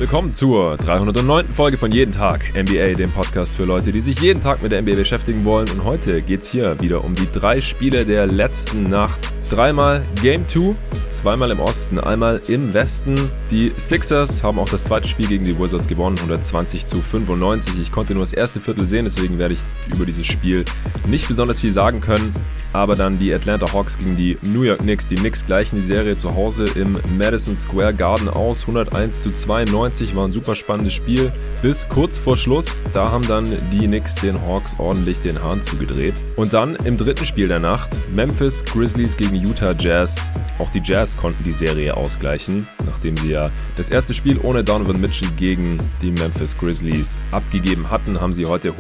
Willkommen zur 309. Folge von Jeden Tag NBA, dem Podcast für Leute, die sich jeden Tag mit der NBA beschäftigen wollen. Und heute geht's hier wieder um die 3 Spiele der letzten Nacht. 3-mal Game 2, 2-mal im Osten, einmal im Westen. Die Sixers haben auch das zweite Spiel gegen die Wizards gewonnen, 120-95. Ich konnte nur das erste Viertel sehen, deswegen werde ich über dieses Spiel nicht besonders viel sagen können. Aber dann die Atlanta Hawks gegen die New York Knicks. Die Knicks gleichen die Serie zu Hause im Madison Square Garden aus. 101-92 war ein super spannendes Spiel bis kurz vor Schluss. Da haben dann die Knicks den Hawks ordentlich den Hahn zugedreht. Und dann im dritten Spiel der Nacht Memphis Grizzlies gegen Utah Jazz. Auch die Jazz konnten die Serie ausgleichen, nachdem sie ja das erste Spiel ohne Donovan Mitchell gegen die Memphis Grizzlies abgegeben hatten, haben sie heute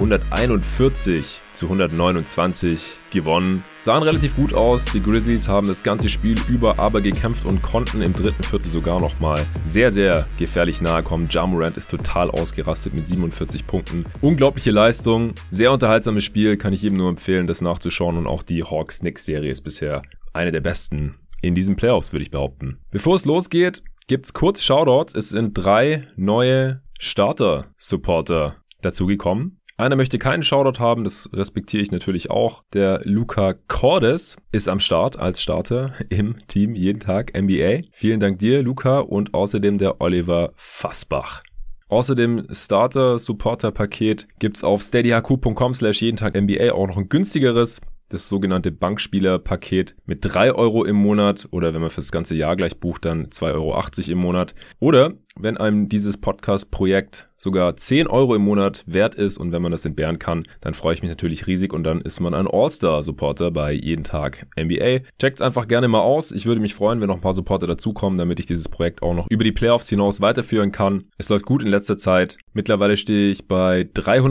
141-129 gewonnen. Sahen relativ gut aus. Die Grizzlies haben das ganze Spiel über aber gekämpft und konnten im dritten Viertel sogar nochmal sehr, sehr gefährlich nahe kommen. Ja Morant ist total ausgerastet mit 47 Punkten. Unglaubliche Leistung. Sehr unterhaltsames Spiel. Kann ich jedem nur empfehlen, das nachzuschauen. Und auch die Hawks-Knicks-Serie ist bisher eine der besten in diesen Playoffs, würde ich behaupten. Bevor es losgeht, gibt's kurz Shoutouts. Es sind 3 neue Starter-Supporter dazugekommen. Einer möchte keinen Shoutout haben, das respektiere ich natürlich auch. Der Luca Cordes ist am Start als Starter im Team Jeden Tag NBA. Vielen Dank dir, Luca, und außerdem der Oliver Fassbach. Außerdem Starter-Supporter-Paket gibt's auf steadyhq.com/jedentagNBA auch noch ein günstigeres. Das sogenannte Bankspieler-Paket mit 3 Euro im Monat oder wenn man fürs ganze Jahr gleich bucht, dann 2,80 Euro im Monat. Oder wenn einem dieses Podcast-Projekt sogar 10 Euro im Monat wert ist und wenn man das entbehren kann, dann freue ich mich natürlich riesig und dann ist man ein All-Star-Supporter bei Jeden Tag NBA. Checkt's einfach gerne mal aus. Ich würde mich freuen, wenn noch ein paar Supporter dazukommen, damit ich dieses Projekt auch noch über die Playoffs hinaus weiterführen kann. Es läuft gut in letzter Zeit. Mittlerweile stehe ich bei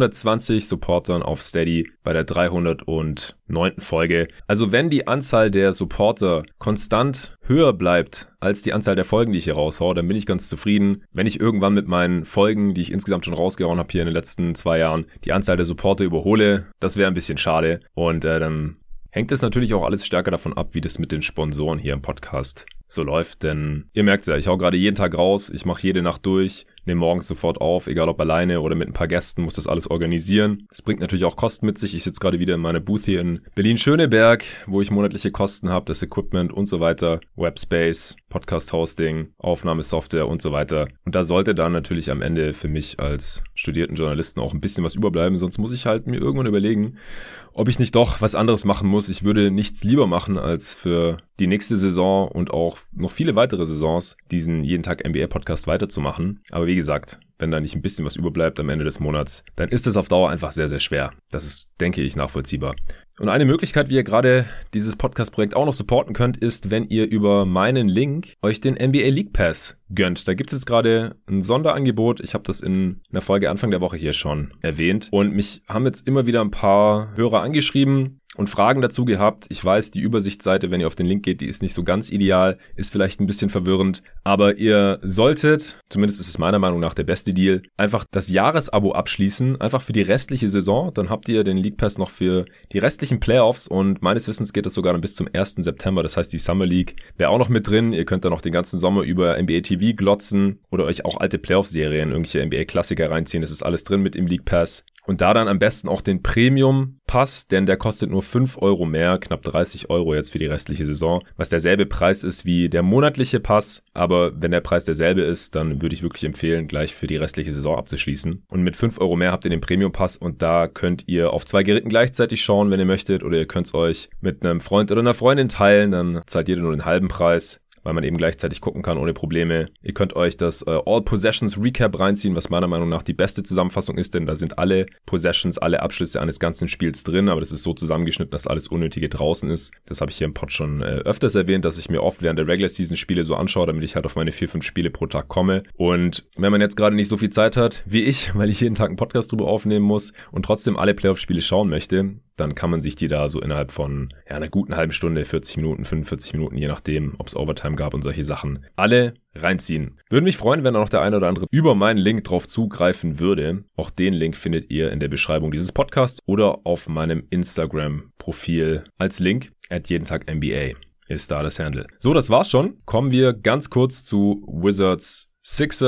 320 Supportern auf Steady bei der 309. Folge. Also wenn die Anzahl der Supporter konstant höher bleibt als die Anzahl der Folgen, die ich hier raushaue, dann bin ich ganz zufrieden. Wenn ich irgendwann mit meinen Folgen, die ich insgesamt schon rausgehauen habe hier in den letzten 2 Jahren, die Anzahl der Supporter überhole, das wäre ein bisschen schade. Und dann hängt es natürlich auch alles stärker davon ab, wie das mit den Sponsoren hier im Podcast so läuft. Denn ihr merkt ja, ich hau gerade jeden Tag raus, ich mache jede Nacht durch, nehme morgens sofort auf, egal ob alleine oder mit ein paar Gästen, muss das alles organisieren. Das bringt natürlich auch Kosten mit sich. Ich sitze gerade wieder in meiner Booth hier in Berlin-Schöneberg, wo ich monatliche Kosten habe, das Equipment und so weiter, Webspace, Podcast-Hosting, Aufnahmesoftware und so weiter. Und da sollte dann natürlich am Ende für mich als studierten Journalisten auch ein bisschen was überbleiben, sonst muss ich halt mir irgendwann überlegen, ob ich nicht doch was anderes machen muss. Ich würde nichts lieber machen, als für die nächste Saison und auch noch viele weitere Saisons diesen Jeden Tag NBA Podcast weiterzumachen. Aber wie gesagt, wenn da nicht ein bisschen was überbleibt am Ende des Monats, dann ist es auf Dauer einfach sehr, sehr schwer. Das ist, denke ich, nachvollziehbar. Und eine Möglichkeit, wie ihr gerade dieses Podcast-Projekt auch noch supporten könnt, ist, wenn ihr über meinen Link euch den NBA League Pass gönnt. Da gibt es jetzt gerade ein Sonderangebot. Ich habe das in einer Folge Anfang der Woche hier schon erwähnt. Und mich haben jetzt immer wieder ein paar Hörer angeschrieben und Fragen dazu gehabt. Ich weiß, die Übersichtsseite, wenn ihr auf den Link geht, die ist nicht so ganz ideal, ist vielleicht ein bisschen verwirrend, aber ihr solltet, zumindest ist es meiner Meinung nach der beste Deal, einfach das Jahresabo abschließen, einfach für die restliche Saison, dann habt ihr den League Pass noch für die restlichen Playoffs und meines Wissens geht das sogar dann bis zum 1. September, das heißt die Summer League wäre auch noch mit drin, ihr könnt dann noch den ganzen Sommer über NBA TV glotzen oder euch auch alte Playoff-Serien, irgendwelche NBA-Klassiker reinziehen, das ist alles drin mit im League Pass. Und da dann am besten auch den Premium-Pass, denn der kostet nur 5 Euro mehr, knapp 30 Euro jetzt für die restliche Saison, was derselbe Preis ist wie der monatliche Pass. Aber wenn der Preis derselbe ist, dann würde ich wirklich empfehlen, gleich für die restliche Saison abzuschließen. Und mit 5 Euro mehr habt ihr den Premium-Pass und da könnt ihr auf 2 Geräten gleichzeitig schauen, wenn ihr möchtet. Oder ihr könnt es euch mit einem Freund oder einer Freundin teilen, dann zahlt jeder nur den halben Preis, weil man eben gleichzeitig gucken kann ohne Probleme. Ihr könnt euch das All Possessions Recap reinziehen, was meiner Meinung nach die beste Zusammenfassung ist, denn da sind alle Possessions, alle Abschlüsse eines ganzen Spiels drin, aber das ist so zusammengeschnitten, dass alles Unnötige draußen ist. Das habe ich hier im Pod schon öfters erwähnt, dass ich mir oft während der Regular Season Spiele so anschaue, damit ich halt auf meine 4-5 Spiele pro Tag komme. Und wenn man jetzt gerade nicht so viel Zeit hat wie ich, weil ich jeden Tag einen Podcast drüber aufnehmen muss und trotzdem alle Playoff-Spiele schauen möchte, dann kann man sich die da so innerhalb von einer guten halben Stunde, 40 Minuten, 45 Minuten, je nachdem, ob es Overtime gab und solche Sachen, alle reinziehen. Würde mich freuen, wenn da noch der eine oder andere über meinen Link drauf zugreifen würde. Auch den Link findet ihr in der Beschreibung dieses Podcasts oder auf meinem Instagram-Profil als Link @jedentagNBA ist da das Handle. So, das war's schon. Kommen wir ganz kurz zu Wizards Sixers.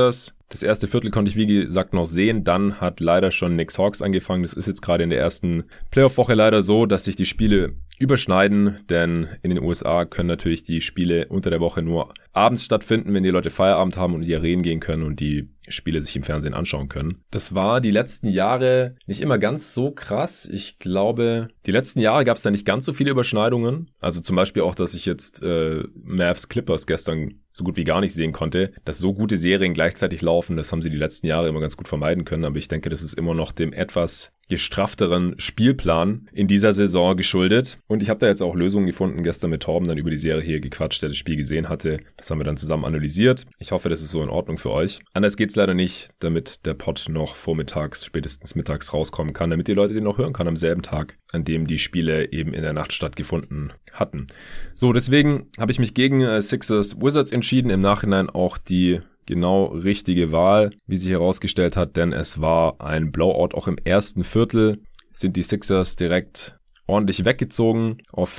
Das erste Viertel konnte ich, wie gesagt, noch sehen. Dann hat leider schon Knicks Hawks angefangen. Das ist jetzt gerade in der ersten Playoff-Woche leider so, dass sich die Spiele überschneiden, denn in den USA können natürlich die Spiele unter der Woche nur abends stattfinden, wenn die Leute Feierabend haben und in die Arenen gehen können und die Spiele sich im Fernsehen anschauen können. Das war die letzten Jahre nicht immer ganz so krass. Ich glaube, die letzten Jahre gab es da nicht ganz so viele Überschneidungen. Also zum Beispiel auch, dass ich jetzt Mavs Clippers gestern so gut wie gar nicht sehen konnte. Dass so gute Serien gleichzeitig laufen, das haben sie die letzten Jahre immer ganz gut vermeiden können. Aber ich denke, das ist immer noch dem etwas gestraffteren Spielplan in dieser Saison geschuldet. Und ich habe da jetzt auch Lösungen gefunden, gestern mit Torben dann über die Serie hier gequatscht, der das Spiel gesehen hatte. Das haben wir dann zusammen analysiert. Ich hoffe, das ist so in Ordnung für euch. Anders geht's leider nicht, damit der Pod noch vormittags, spätestens mittags rauskommen kann, damit die Leute den noch hören kann am selben Tag, an dem die Spiele eben in der Nacht stattgefunden hatten. So, deswegen habe ich mich gegen Sixers Wizards entschieden. Im Nachhinein auch die genau richtige Wahl, wie sich herausgestellt hat, denn es war ein Blowout. Auch im ersten Viertel sind die Sixers direkt ordentlich weggezogen auf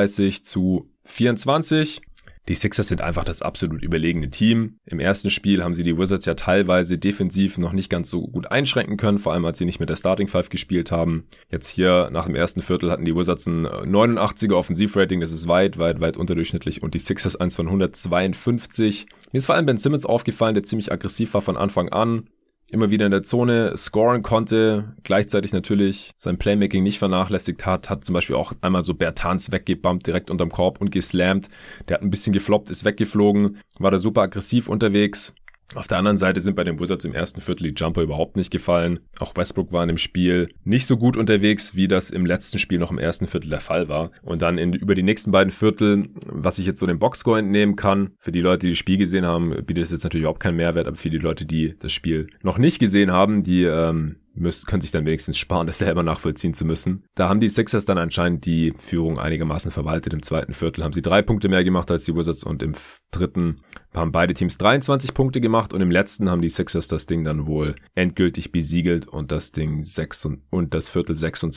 35-24. Die Sixers sind einfach das absolut überlegene Team. Im ersten Spiel haben sie die Wizards ja teilweise defensiv noch nicht ganz so gut einschränken können, vor allem als sie nicht mit der Starting Five gespielt haben. Jetzt hier nach dem ersten Viertel hatten die Wizards ein 89er Offensivrating, das ist weit unterdurchschnittlich, und die Sixers eins von 152. Mir ist vor allem Ben Simmons aufgefallen, der ziemlich aggressiv war von Anfang an. Immer wieder in der Zone scoren konnte, gleichzeitig natürlich sein Playmaking nicht vernachlässigt hat zum Beispiel auch einmal so Bertans weggebumpt, direkt unterm Korb und geslammt. Der hat ein bisschen gefloppt, ist weggeflogen, war da super aggressiv unterwegs. Auf der anderen Seite sind bei den Wizards im ersten Viertel die Jumper überhaupt nicht gefallen. Auch Westbrook war in dem Spiel nicht so gut unterwegs, wie das im letzten Spiel noch im ersten Viertel der Fall war. Und dann über die nächsten beiden Viertel, was ich jetzt so dem Boxscore entnehmen kann, für die Leute, die das Spiel gesehen haben, bietet es jetzt natürlich überhaupt keinen Mehrwert, aber für die Leute, die das Spiel noch nicht gesehen haben, die können sich dann wenigstens sparen, das selber nachvollziehen zu müssen. Da haben die Sixers dann anscheinend die Führung einigermaßen verwaltet. Im zweiten Viertel haben sie 3 Punkte mehr gemacht als die Wizards und im dritten haben beide Teams 23 Punkte gemacht und im letzten haben die Sixers das Ding dann wohl endgültig besiegelt und das Ding und das Viertel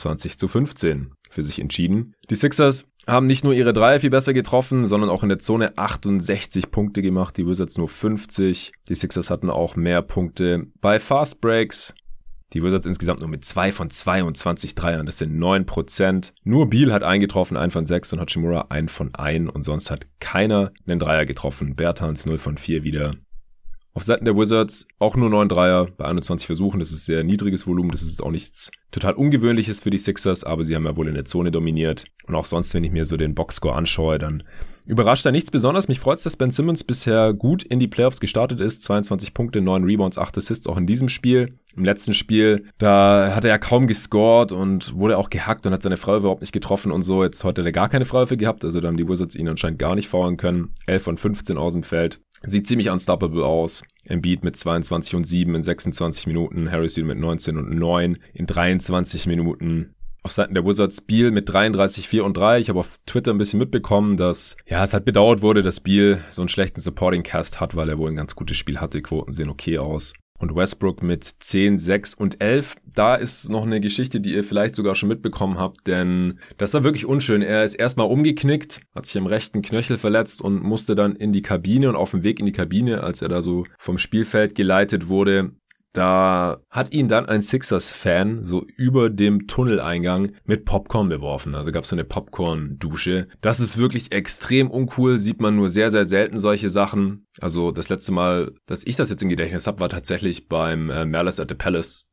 26-15 für sich entschieden. Die Sixers haben nicht nur ihre Dreier viel besser getroffen, sondern auch in der Zone 68 Punkte gemacht, die Wizards nur 50. Die Sixers hatten auch mehr Punkte bei Fast Breaks. Die Wizards insgesamt nur mit 2 von 22 Dreiern, das sind 9%. Nur Beal hat einen getroffen, 1 von 6 und Hachimura 1 von 1 und sonst hat keiner einen Dreier getroffen. Bertans 0 von 4 wieder. Auf Seiten der Wizards auch nur 9 Dreier bei 21 Versuchen, das ist sehr niedriges Volumen, das ist auch nichts total Ungewöhnliches für die Sixers, aber sie haben ja wohl in der Zone dominiert. Und auch sonst, wenn ich mir so den Boxscore anschaue, dann überrascht da nichts besonders. Mich freut's, dass Ben Simmons bisher gut in die Playoffs gestartet ist. 22 Punkte, 9 Rebounds, 8 Assists auch in diesem Spiel. Im letzten Spiel, da hat er ja kaum gescored und wurde auch gehackt und hat seine Freiwürfe überhaupt nicht getroffen und so. Jetzt heute hat er gar keine Freiwürfe gehabt, also da haben die Wizards ihn anscheinend gar nicht faulen können. 11 von 15 aus dem Feld. Sieht ziemlich unstoppable aus. Embiid mit 22 und 7 in 26 Minuten. Harrison mit 19 und 9 in 23 Minuten. Auf Seiten der Wizards Beal mit 33, 4 und 3. Ich habe auf Twitter ein bisschen mitbekommen, dass es halt bedauert wurde, dass Beal so einen schlechten Supporting Cast hat, weil er wohl ein ganz gutes Spiel hatte. Quoten sehen okay aus. Und Westbrook mit 10, 6 und 11. Da ist noch eine Geschichte, die ihr vielleicht sogar schon mitbekommen habt, denn das war wirklich unschön. Er ist erstmal umgeknickt, hat sich am rechten Knöchel verletzt und musste dann in die Kabine. Und auf dem Weg in die Kabine, als er da so vom Spielfeld geleitet wurde, da hat ihn dann ein Sixers-Fan so über dem Tunneleingang mit Popcorn beworfen. Also gab es so eine Popcorn-Dusche. Das ist wirklich extrem uncool, sieht man nur sehr, sehr selten solche Sachen. Also das letzte Mal, dass ich das jetzt im Gedächtnis habe, war tatsächlich beim Malice at the Palace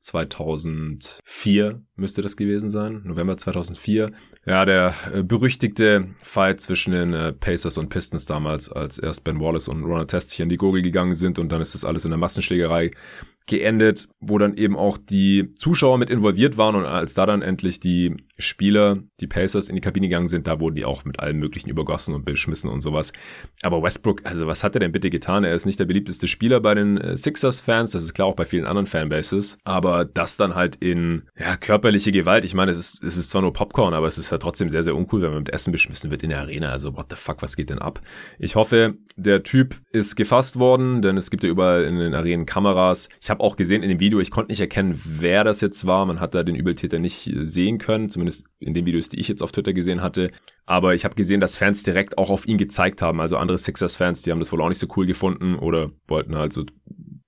2004, müsste das gewesen sein, November 2004. Ja, der berüchtigte Fight zwischen den Pacers und Pistons damals, als erst Ben Wallace und Ron Artest sich an die Gurgel gegangen sind und dann ist das alles in der Massenschlägerei geendet, wo dann eben auch die Zuschauer mit involviert waren und als da dann endlich die Spieler, die Pacers in die Kabine gegangen sind, da wurden die auch mit allem möglichen übergossen und beschmissen und sowas. Aber Westbrook, also was hat er denn bitte getan? Er ist nicht der beliebteste Spieler bei den Sixers-Fans, das ist klar auch bei vielen anderen Fanbases, aber das dann halt in körperliche Gewalt, ich meine, es ist zwar nur Popcorn, aber es ist halt trotzdem sehr, sehr uncool, wenn man mit Essen beschmissen wird in der Arena, also what the fuck, was geht denn ab? Ich hoffe, der Typ ist gefasst worden, denn es gibt ja überall in den Arenen Kameras. Ich habe auch gesehen in dem Video, ich konnte nicht erkennen, wer das jetzt war, man hat da den Übeltäter nicht sehen können, zumindest in den Videos, die ich jetzt auf Twitter gesehen hatte, aber ich habe gesehen, dass Fans direkt auch auf ihn gezeigt haben, also andere Sixers-Fans, die haben das wohl auch nicht so cool gefunden oder wollten halt so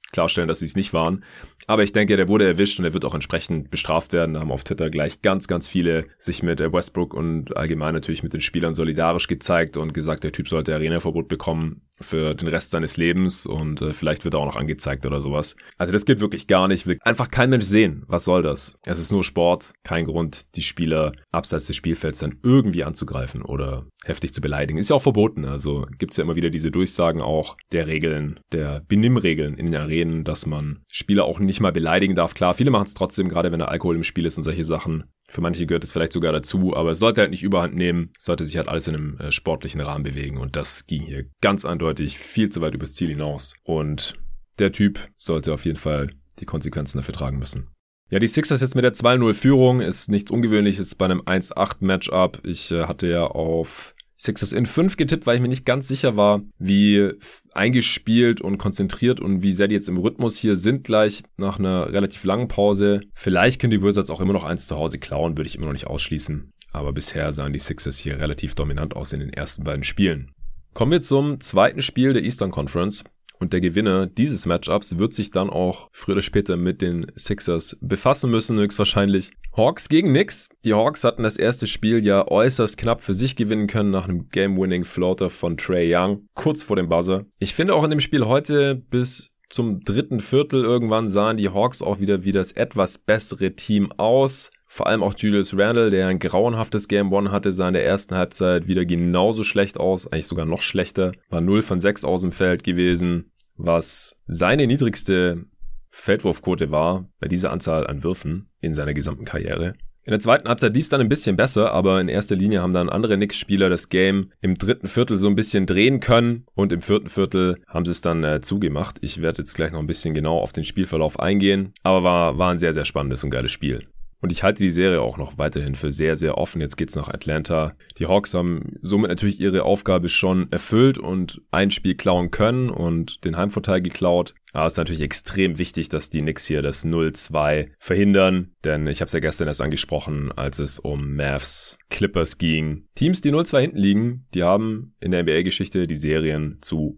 klarstellen, dass sie es nicht waren. Aber ich denke, der wurde erwischt und er wird auch entsprechend bestraft werden. Da haben auf Twitter gleich ganz, ganz viele sich mit Westbrook und allgemein natürlich mit den Spielern solidarisch gezeigt und gesagt, der Typ sollte Arenaverbot bekommen für den Rest seines Lebens und vielleicht wird er auch noch angezeigt oder sowas. Also das geht wirklich gar nicht. Will einfach kein Mensch sehen. Was soll das? Es ist nur Sport. Kein Grund, die Spieler abseits des Spielfelds dann irgendwie anzugreifen oder heftig zu beleidigen. Ist ja auch verboten. Also gibt's ja immer wieder diese Durchsagen auch der Regeln, der Benimmregeln in den Arenen, dass man Spieler auch nicht mal beleidigen darf. Klar, viele machen es trotzdem, gerade wenn da Alkohol im Spiel ist und solche Sachen. Für manche gehört es vielleicht sogar dazu, aber es sollte halt nicht überhand nehmen. Es sollte sich halt alles in einem sportlichen Rahmen bewegen und das ging hier ganz eindeutig viel zu weit übers Ziel hinaus. Und der Typ sollte auf jeden Fall die Konsequenzen dafür tragen müssen. Ja, die Sixers jetzt mit der 2-0-Führung ist nichts Ungewöhnliches bei einem 1-8-Matchup. Ich hatte ja auf Sixers in 5 getippt, weil ich mir nicht ganz sicher war, wie eingespielt und konzentriert und wie sehr die jetzt im Rhythmus hier sind gleich nach einer relativ langen Pause. Vielleicht können die Wizards auch immer noch eins zu Hause klauen, würde ich immer noch nicht ausschließen. Aber bisher sahen die Sixers hier relativ dominant aus in den ersten beiden Spielen. Kommen wir zum zweiten Spiel der Eastern Conference. Und der Gewinner dieses Matchups wird sich dann auch früher oder später mit den Sixers befassen müssen, höchstwahrscheinlich. Hawks gegen Knicks. Die Hawks hatten das erste Spiel ja äußerst knapp für sich gewinnen können nach einem Game-Winning-Floater von Trae Young, kurz vor dem Buzzer. Ich finde auch in dem Spiel heute bis zum dritten Viertel irgendwann sahen die Hawks auch wieder wie das etwas bessere Team aus. Vor allem auch Julius Randle, der ein grauenhaftes Game 1 hatte, sah in der ersten Halbzeit wieder genauso schlecht aus, eigentlich sogar noch schlechter. War 0 von 6 aus dem Feld gewesen, was seine niedrigste Feldwurfquote war bei dieser Anzahl an Würfen in seiner gesamten Karriere. In der zweiten Halbzeit lief es dann ein bisschen besser, aber in erster Linie haben dann andere Knicks-Spieler das Game im dritten Viertel so ein bisschen drehen können und im vierten Viertel haben sie es dann zugemacht. Ich werde jetzt gleich noch ein bisschen genau auf den Spielverlauf eingehen, aber war ein sehr, sehr spannendes und geiles Spiel. Und ich halte die Serie auch noch weiterhin für sehr, sehr offen. Jetzt geht's nach Atlanta. Die Hawks haben somit natürlich ihre Aufgabe schon erfüllt und ein Spiel klauen können und den Heimvorteil geklaut. Aber es ist natürlich extrem wichtig, dass die Knicks hier das 0-2 verhindern. Denn ich habe es ja gestern erst angesprochen, als es um Mavs Clippers ging. Teams, die 0-2 hinten liegen, die haben in der NBA-Geschichte die Serien zu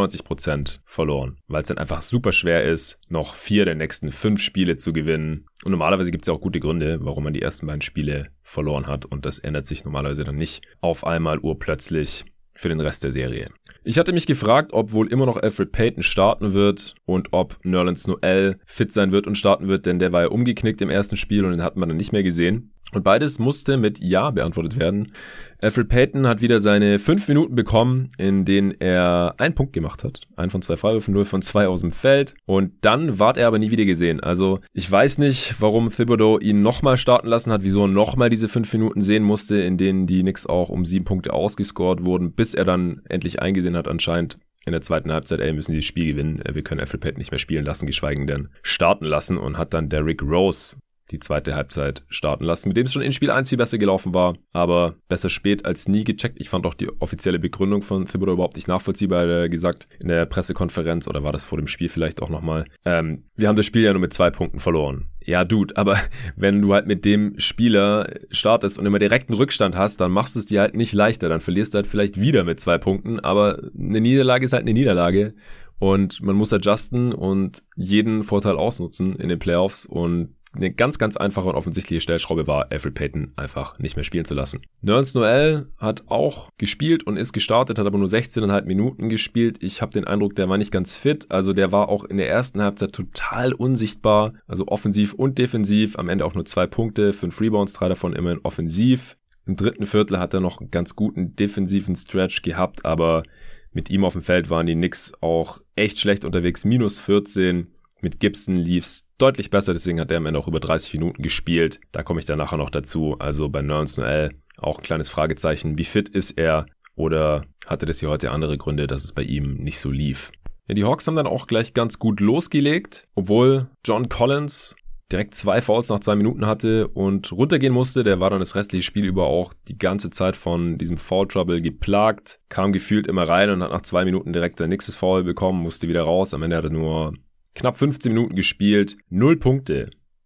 94% verloren. Weil es dann einfach super schwer ist, noch 4 der nächsten 5 Spiele zu gewinnen. Und normalerweise gibt es ja auch gute Gründe, warum man die ersten beiden Spiele verloren hat. Und das ändert sich normalerweise dann nicht auf einmal urplötzlich für den Rest der Serie. Ich hatte mich gefragt, ob wohl immer noch Elfrid Payton starten wird und ob Nerlens Noel fit sein wird und starten wird, denn der war ja umgeknickt im ersten Spiel und den hat man dann nicht mehr gesehen. Und beides musste mit Ja beantwortet werden. Elfrid Payton hat wieder seine 5 Minuten bekommen, in denen er einen Punkt gemacht hat. 1 von 2 Freiwürfen, 0 von 2 aus dem Feld. Und dann ward er aber nie wieder gesehen. Also ich weiß nicht, warum Thibodeau ihn nochmal starten lassen hat, wieso er nochmal diese 5 Minuten sehen musste, in denen die Knicks auch um 7 Punkte ausgescored wurden, bis er dann endlich eingesehen hat anscheinend in der zweiten Halbzeit, müssen die das Spiel gewinnen. Wir können Elfrid Payton nicht mehr spielen lassen, geschweige denn starten lassen und hat dann Derrick Rose die zweite Halbzeit starten lassen, mit dem es schon in Spiel 1 viel besser gelaufen war, aber besser spät als nie gecheckt. Ich fand auch die offizielle Begründung von Thibodeau überhaupt nicht nachvollziehbar, er gesagt in der Pressekonferenz, oder war das vor dem Spiel vielleicht auch nochmal, wir haben das Spiel ja nur mit 2 Punkten verloren. Ja, Dude, aber wenn du halt mit dem Spieler startest und immer direkten Rückstand hast, dann machst du es dir halt nicht leichter, dann verlierst du halt vielleicht wieder mit 2 Punkten, aber eine Niederlage ist halt eine Niederlage und man muss adjusten und jeden Vorteil ausnutzen in den Playoffs und eine ganz, ganz einfache und offensichtliche Stellschraube war, Elfrid Payton einfach nicht mehr spielen zu lassen. Nerlens Noel hat auch gespielt und ist gestartet, hat aber nur 16,5 Minuten gespielt. Ich habe den Eindruck, der war nicht ganz fit. Also der war auch in der ersten Halbzeit total unsichtbar. Also offensiv und defensiv. Am Ende auch nur 2 Punkte, 5 Rebounds, 3 davon immerhin offensiv. Im dritten Viertel hat er noch einen ganz guten defensiven Stretch gehabt, aber mit ihm auf dem Feld waren die Knicks auch echt schlecht unterwegs. Minus 14. Mit Gibson lief's deutlich besser, deswegen hat er am Ende auch über 30 Minuten gespielt. Da komme ich dann nachher noch dazu. Also bei Nerlens Noel auch ein kleines Fragezeichen. Wie fit ist er? Oder hatte das hier heute andere Gründe, dass es bei ihm nicht so lief? Ja, die Hawks haben dann auch gleich ganz gut losgelegt, obwohl John Collins direkt 2 Fouls nach 2 Minuten hatte und runtergehen musste. Der war dann das restliche Spiel über auch die ganze Zeit von diesem Foul Trouble geplagt. Kam gefühlt immer rein und hat nach 2 Minuten direkt sein nächstes Foul bekommen, musste wieder raus. Am Ende hat er nur knapp 15 Minuten gespielt, 0 Punkte,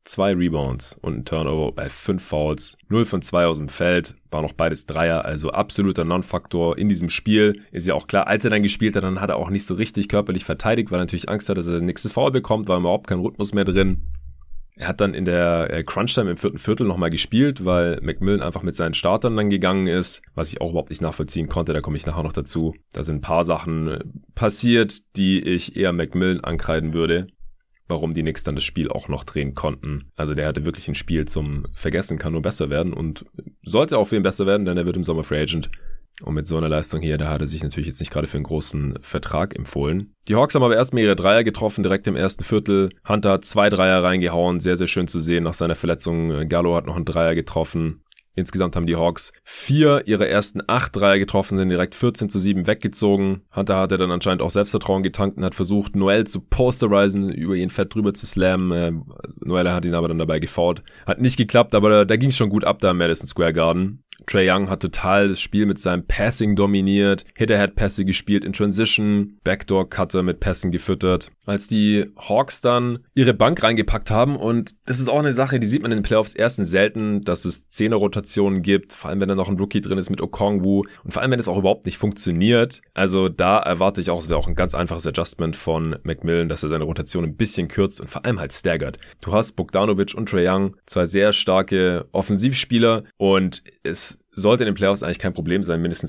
2 Rebounds und ein Turnover bei 5 Fouls, 0 von 2 aus dem Feld, war noch beides Dreier, also absoluter Non-Faktor in diesem Spiel. Ist ja auch klar, als er dann gespielt hat, dann hat er auch nicht so richtig körperlich verteidigt, weil er natürlich Angst hat, dass er nächstes Foul bekommt, war überhaupt kein Rhythmus mehr drin. Er hat dann in der Crunch-Time im 4. Viertel nochmal gespielt, weil McMillan einfach mit seinen Startern dann gegangen ist, was ich auch überhaupt nicht nachvollziehen konnte, da komme ich nachher noch dazu. Da sind ein paar Sachen passiert, die ich eher McMillan ankreiden würde, warum die Knicks dann das Spiel auch noch drehen konnten. Also der hatte wirklich ein Spiel zum Vergessen, kann nur besser werden und sollte auch für ihn besser werden, denn er wird im Sommer Free Agent. Und mit so einer Leistung hier, da hat er sich natürlich jetzt nicht gerade für einen großen Vertrag empfohlen. Die Hawks haben aber erstmal ihre Dreier getroffen, direkt im ersten Viertel. Hunter hat 2 Dreier reingehauen, sehr, sehr schön zu sehen nach seiner Verletzung. Gallo hat noch einen Dreier getroffen. Insgesamt haben die Hawks 4 ihrer ersten 8 Dreier getroffen, sind direkt 14-7 weggezogen. Hunter hatte dann anscheinend auch Selbstvertrauen getankt und hat versucht, Noel zu posterisen, über ihn fett drüber zu slammen. Noel hat ihn aber dann dabei gefoult. Hat nicht geklappt, aber da ging es schon gut ab da im Madison Square Garden. Trae Young hat total das Spiel mit seinem Passing dominiert, Hit-Ahead-Pässe gespielt in Transition, Backdoor-Cutter mit Pässen gefüttert. Als die Hawks dann ihre Bank reingepackt haben, und das ist auch eine Sache, die sieht man in den Playoffs erstens selten, dass es 10er-Rotationen gibt, vor allem wenn da noch ein Rookie drin ist mit Okongwu und vor allem wenn es auch überhaupt nicht funktioniert. Also da erwarte ich auch, es wäre auch ein ganz einfaches Adjustment von McMillan, dass er seine Rotation ein bisschen kürzt und vor allem halt staggert. Du hast Bogdanovic und Trae Young, 2 sehr starke Offensivspieler, und es sollte in den Playoffs eigentlich kein Problem sein, mindestens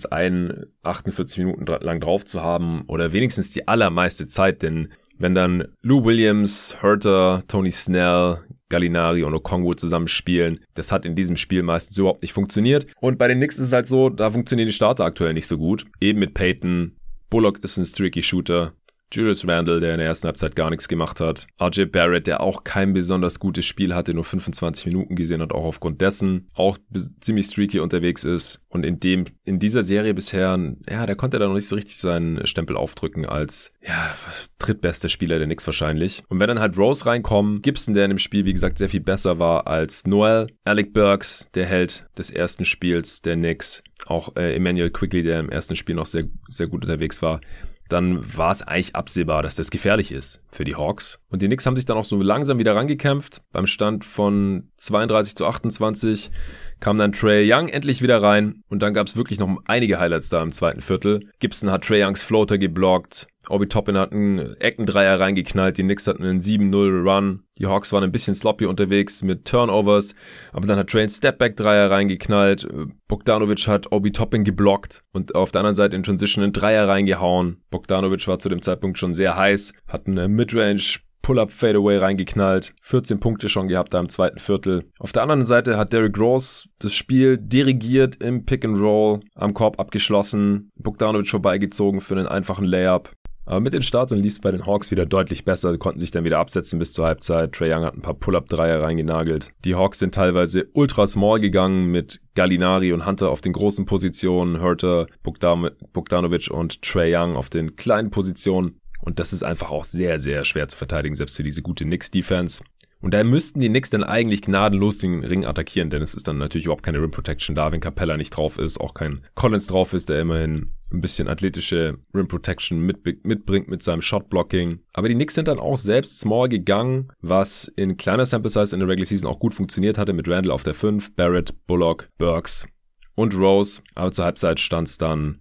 48 Minuten lang drauf zu haben oder wenigstens die allermeiste Zeit, denn wenn dann Lou Williams, Huerter, Tony Snell, Gallinari und Okongwu zusammen spielen, das hat in diesem Spiel meistens überhaupt nicht funktioniert. Und bei den Knicks ist es halt so, da funktionieren die Starter aktuell nicht so gut. Eben mit Peyton, Bullock ist ein streaky Shooter, Julius Randle, der in der ersten Halbzeit gar nichts gemacht hat. RJ Barrett, der auch kein besonders gutes Spiel hatte, nur 25 Minuten gesehen hat, auch aufgrund dessen auch ziemlich streaky unterwegs ist. Und in dieser Serie bisher, ja, der konnte da noch nicht so richtig seinen Stempel aufdrücken als, ja, drittbester Spieler der Knicks wahrscheinlich. Und wenn dann halt Rose reinkommen, Gibson, der in dem Spiel, wie gesagt, sehr viel besser war als Noel, Alec Burks, der Held des ersten Spiels der Knicks, auch Emmanuel Quigley, der im ersten Spiel noch sehr, sehr gut unterwegs war, dann war es eigentlich absehbar, dass das gefährlich ist für die Hawks. Und die Knicks haben sich dann auch so langsam wieder rangekämpft. Beim Stand von 32-28 kam dann Trae Young endlich wieder rein. Und dann gab es wirklich noch einige Highlights da im zweiten Viertel. Gibson hat Trae Youngs Floater geblockt. Obi Toppin hat einen Eckendreier reingeknallt. Die Knicks hatten einen 7-0-Run. Die Hawks waren ein bisschen sloppy unterwegs mit Turnovers. Aber dann hat Trae einen Stepback-Dreier reingeknallt. Bogdanovic hat Obi Toppin geblockt. Und auf der anderen Seite in Transition einen Dreier reingehauen. Bogdanovic war zu dem Zeitpunkt schon sehr heiß. Hat einen Midrange Pull-Up Fadeaway reingeknallt. 14 Punkte schon gehabt da im zweiten Viertel. Auf der anderen Seite hat Derrick Rose das Spiel dirigiert im Pick and Roll, am Korb abgeschlossen. Bogdanovic vorbeigezogen für einen einfachen Layup. Aber mit den Startern lief es bei den Hawks wieder deutlich besser, sie konnten sich dann wieder absetzen bis zur Halbzeit. Trae Young hat ein paar Pull-Up-Dreier reingenagelt. Die Hawks sind teilweise ultra small gegangen mit Gallinari und Hunter auf den großen Positionen, Huerter, Bogdanovic und Trae Young auf den kleinen Positionen. Und das ist einfach auch sehr, sehr schwer zu verteidigen, selbst für diese gute Knicks-Defense. Und da müssten die Knicks dann eigentlich gnadenlos den Ring attackieren, denn es ist dann natürlich überhaupt keine Rim Protection da, wenn Capella nicht drauf ist, auch kein Collins drauf ist, der immerhin ein bisschen athletische Rim Protection mitbringt mit seinem Shot-Blocking. Aber die Knicks sind dann auch selbst small gegangen, was in kleiner Sample Size in der Regular Season auch gut funktioniert hatte, mit Randle auf der 5, Barrett, Bullock, Burks und Rose, aber zur Halbzeit stand es dann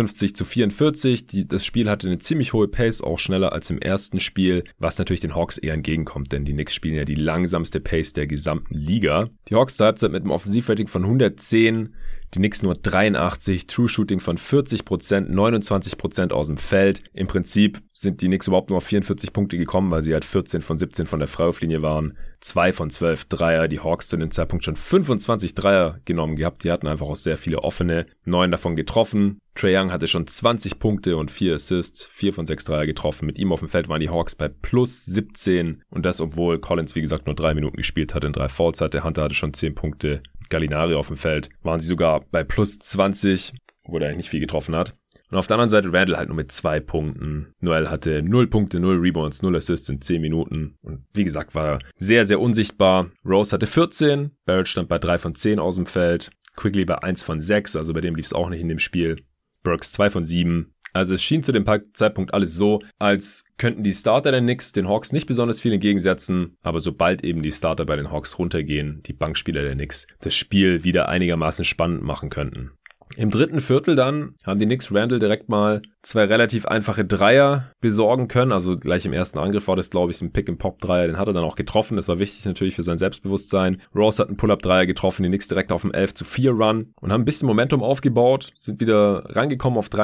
57-44. Das Spiel hatte eine ziemlich hohe Pace, auch schneller als im ersten Spiel, was natürlich den Hawks eher entgegenkommt, denn die Knicks spielen ja die langsamste Pace der gesamten Liga. Die Hawks zur Halbzeit mit einem Offensivrating von 110, die Knicks nur 83, True Shooting von 40%, 29% aus dem Feld. Im Prinzip sind die Knicks überhaupt nur auf 44 Punkte gekommen, weil sie halt 14 von 17 von der Freiwurflinie waren. 2 von 12 Dreier, die Hawks zu dem Zeitpunkt schon 25 Dreier genommen gehabt. Die hatten einfach auch sehr viele offene, 9 davon getroffen. Trae Young hatte schon 20 Punkte und 4 Assists, 4 von 6 Dreier getroffen. Mit ihm auf dem Feld waren die Hawks bei plus 17 und das, obwohl Collins, wie gesagt, nur 3 Minuten gespielt hatte und 3 Fouls hatte. Hunter hatte schon 10 Punkte. Gallinari auf dem Feld waren sie sogar bei plus 20, obwohl er eigentlich nicht viel getroffen hat. Und auf der anderen Seite Randle halt nur mit 2 Punkten. Noel hatte 0 Punkte, 0 Rebounds, 0 Assists in 10 Minuten. Und wie gesagt, war er sehr, sehr unsichtbar. Rose hatte 14, Barrett stand bei 3 von 10 aus dem Feld. Quigley bei 1 von 6, also bei dem lief es auch nicht in dem Spiel. Burks 2 von 7. Also es schien zu dem Zeitpunkt alles so, als könnten die Starter der Knicks den Hawks nicht besonders viel entgegensetzen, aber sobald eben die Starter bei den Hawks runtergehen, die Bankspieler der Knicks, das Spiel wieder einigermaßen spannend machen könnten. Im dritten Viertel dann haben die Knicks Randle direkt mal 2 relativ einfache Dreier besorgen können. Also gleich im ersten Angriff war das, glaube ich, ein Pick-and-Pop-Dreier. Den hat er dann auch getroffen. Das war wichtig natürlich für sein Selbstbewusstsein. Rose hat einen Pull-Up-Dreier getroffen. Die Knicks direkt auf dem 11-4-Run und haben ein bisschen Momentum aufgebaut. Sind wieder rangekommen auf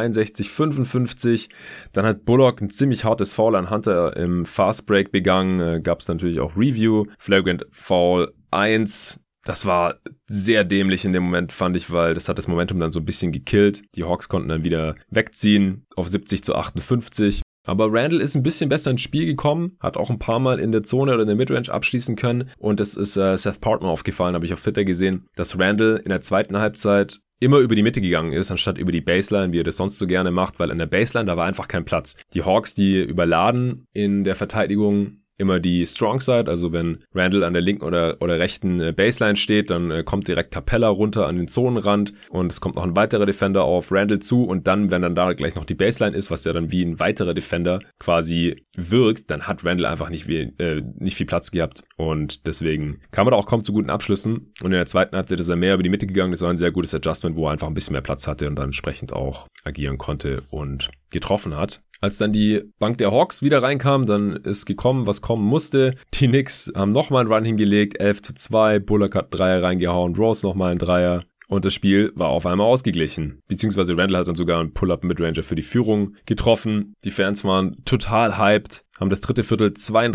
63-55. Dann hat Bullock ein ziemlich hartes Foul an Hunter im Fast-Break begangen. Gab es natürlich auch Review. Flagrant Foul 1. Das war sehr dämlich in dem Moment, fand ich, weil das hat das Momentum dann so ein bisschen gekillt. Die Hawks konnten dann wieder wegziehen auf 70-58. Aber Randle ist ein bisschen besser ins Spiel gekommen, hat auch ein paar Mal in der Zone oder in der Midrange abschließen können. Und es ist Seth Partner aufgefallen, habe ich auf Twitter gesehen, dass Randle in der zweiten Halbzeit immer über die Mitte gegangen ist, anstatt über die Baseline, wie er das sonst so gerne macht, weil in der Baseline, da war einfach kein Platz. Die Hawks, die überladen in der Verteidigung immer die Strong Side, also wenn Randle an der linken oder rechten Baseline steht, dann kommt direkt Capella runter an den Zonenrand und es kommt noch ein weiterer Defender auf Randle zu und dann, wenn dann da gleich noch die Baseline ist, was ja dann wie ein weiterer Defender quasi wirkt, dann hat Randle einfach nicht viel Platz gehabt und deswegen kam er da auch kaum zu guten Abschlüssen und in der zweiten Halbzeit ist er mehr über die Mitte gegangen, das war ein sehr gutes Adjustment, wo er einfach ein bisschen mehr Platz hatte und dann entsprechend auch agieren konnte und getroffen hat. Als dann die Bank der Hawks wieder reinkam, dann ist gekommen, was kommen musste. Die Knicks haben nochmal einen Run hingelegt, 11-2, Bullock hat einen Dreier reingehauen, Rose nochmal einen Dreier. Und das Spiel war auf einmal ausgeglichen. Beziehungsweise Randle hat dann sogar einen Pull-Up-Midranger für die Führung getroffen. Die Fans waren total hyped, haben das dritte Viertel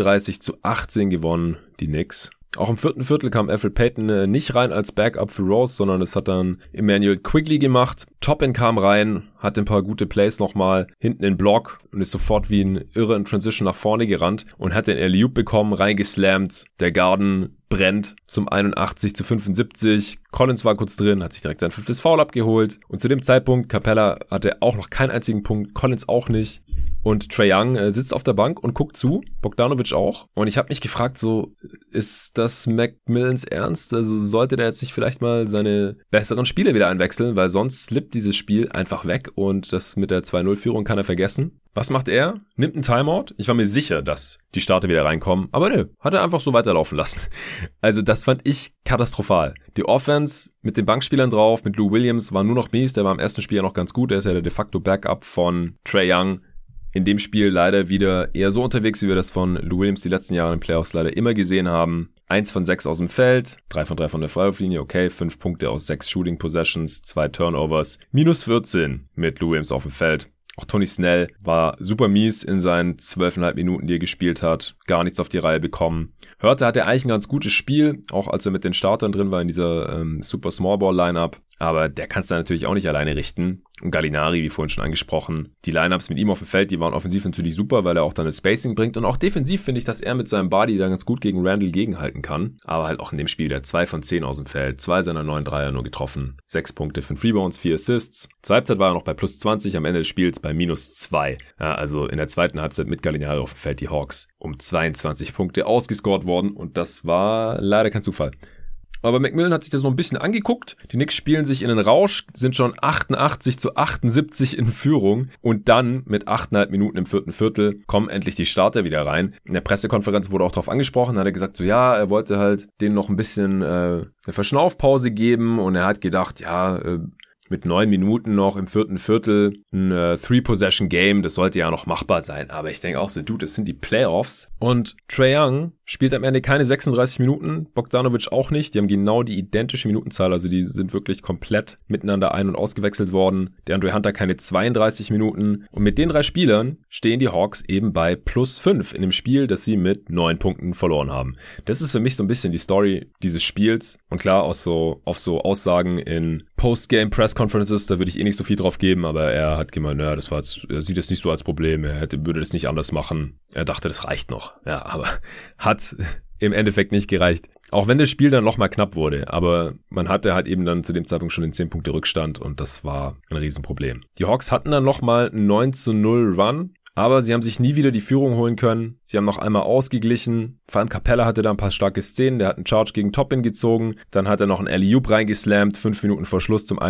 32-18 gewonnen, die Knicks. Auch im vierten Viertel kam Elfrid Payton nicht rein als Backup für Rose, sondern es hat dann Emmanuel Quigley gemacht. Toppin kam rein, hatte ein paar gute Plays nochmal hinten in Block und ist sofort wie ein Irre in Transition nach vorne gerannt und hat den Alley-oop bekommen, reingeslammt. Der Garden brennt zum 81-75. Collins war kurz drin, hat sich direkt sein 5. Foul abgeholt. Und zu dem Zeitpunkt, Capella hatte auch noch keinen einzigen Punkt, Collins auch nicht. Und Trae Young sitzt auf der Bank und guckt zu, Bogdanovic auch. Und ich habe mich gefragt, so, ist das McMillans Ernst? Also sollte der jetzt nicht vielleicht mal seine besseren Spiele wieder einwechseln, weil sonst slippt dieses Spiel einfach weg und das mit der 2-0-Führung kann er vergessen. Was macht er? Nimmt einen Timeout. Ich war mir sicher, dass die Starter wieder reinkommen. Aber nö, hat er einfach so weiterlaufen lassen. Also das fand ich katastrophal. Die Offense mit den Bankspielern drauf, mit Lou Williams war nur noch mies. Der war im ersten Spiel ja noch ganz gut. Der ist ja der de facto Backup von Trae Young. In dem Spiel leider wieder eher so unterwegs, wie wir das von Lou Williams die letzten Jahre in den Playoffs leider immer gesehen haben. 1 von 6 aus dem Feld, 3 von 3 von der Freiwurflinie, okay, 5 Punkte aus 6 Shooting Possessions, 2 Turnovers, minus 14 mit Lou Williams auf dem Feld. Auch Tony Snell war super mies in seinen 12,5 Minuten, die er gespielt hat. Gar nichts auf die Reihe bekommen. Hörte hatte eigentlich ein ganz gutes Spiel, auch als er mit den Startern drin war in dieser Super Small Ball Lineup. Aber der kann es da natürlich auch nicht alleine richten. Und Gallinari, wie vorhin schon angesprochen, die Lineups mit ihm auf dem Feld, die waren offensiv natürlich super, weil er auch dann das Spacing bringt. Und auch defensiv finde ich, dass er mit seinem Body da ganz gut gegen Randle gegenhalten kann. Aber halt auch in dem Spiel, der 2 von 10 aus dem Feld, 2 seiner 9 Dreier nur getroffen, 6 Punkte, 5 Rebounds, 4 Assists. Zur Halbzeit war er noch bei plus 20, am Ende des Spiels bei minus 2. Ja, also in der zweiten Halbzeit mit Gallinari auf dem Feld die Hawks um 22 Punkte ausgescored worden. Und das war leider kein Zufall. Aber McMillan hat sich das noch ein bisschen angeguckt. Die Knicks spielen sich in den Rausch, sind schon 88-78 in Führung. Und dann mit 8,5 Minuten im vierten Viertel kommen endlich die Starter wieder rein. In der Pressekonferenz wurde auch darauf angesprochen, hat er gesagt, so ja, er wollte halt denen noch ein bisschen eine Verschnaufpause geben. Und er hat gedacht, ja, mit 9 Minuten noch im vierten Viertel ein 3-Possession-Game, das sollte ja noch machbar sein. Aber ich denke auch so, dude, das sind die Playoffs. Und Trae Young spielt am Ende keine 36 Minuten, Bogdanovic auch nicht. Die haben genau die identische Minutenzahl, also die sind wirklich komplett miteinander ein- und ausgewechselt worden. Der Andre Hunter keine 32 Minuten. Und mit den 3 Spielern stehen die Hawks eben bei plus 5 in dem Spiel, das sie mit 9 Punkten verloren haben. Das ist für mich so ein bisschen die Story dieses Spiels. Und klar, auf so Aussagen in Post-Game-Press-Conferences, da würde ich nicht so viel drauf geben, aber er hat gemeint, naja, er sieht es nicht so als Problem, würde das nicht anders machen. Er dachte, das reicht noch. Ja, aber hat im Endeffekt nicht gereicht. Auch wenn das Spiel dann nochmal knapp wurde, aber man hatte halt eben dann zu dem Zeitpunkt schon den 10 Punkte Rückstand und das war ein Riesenproblem. Die Hawks hatten dann nochmal einen 9-0 Run Aber sie haben sich nie wieder die Führung holen können. Sie haben noch einmal ausgeglichen. Vor allem Capella hatte da ein paar starke Szenen. Der hat einen Charge gegen Toppin gezogen. Dann hat er noch einen Alley-Oop reingeslammt. 5 Minuten vor Schluss zum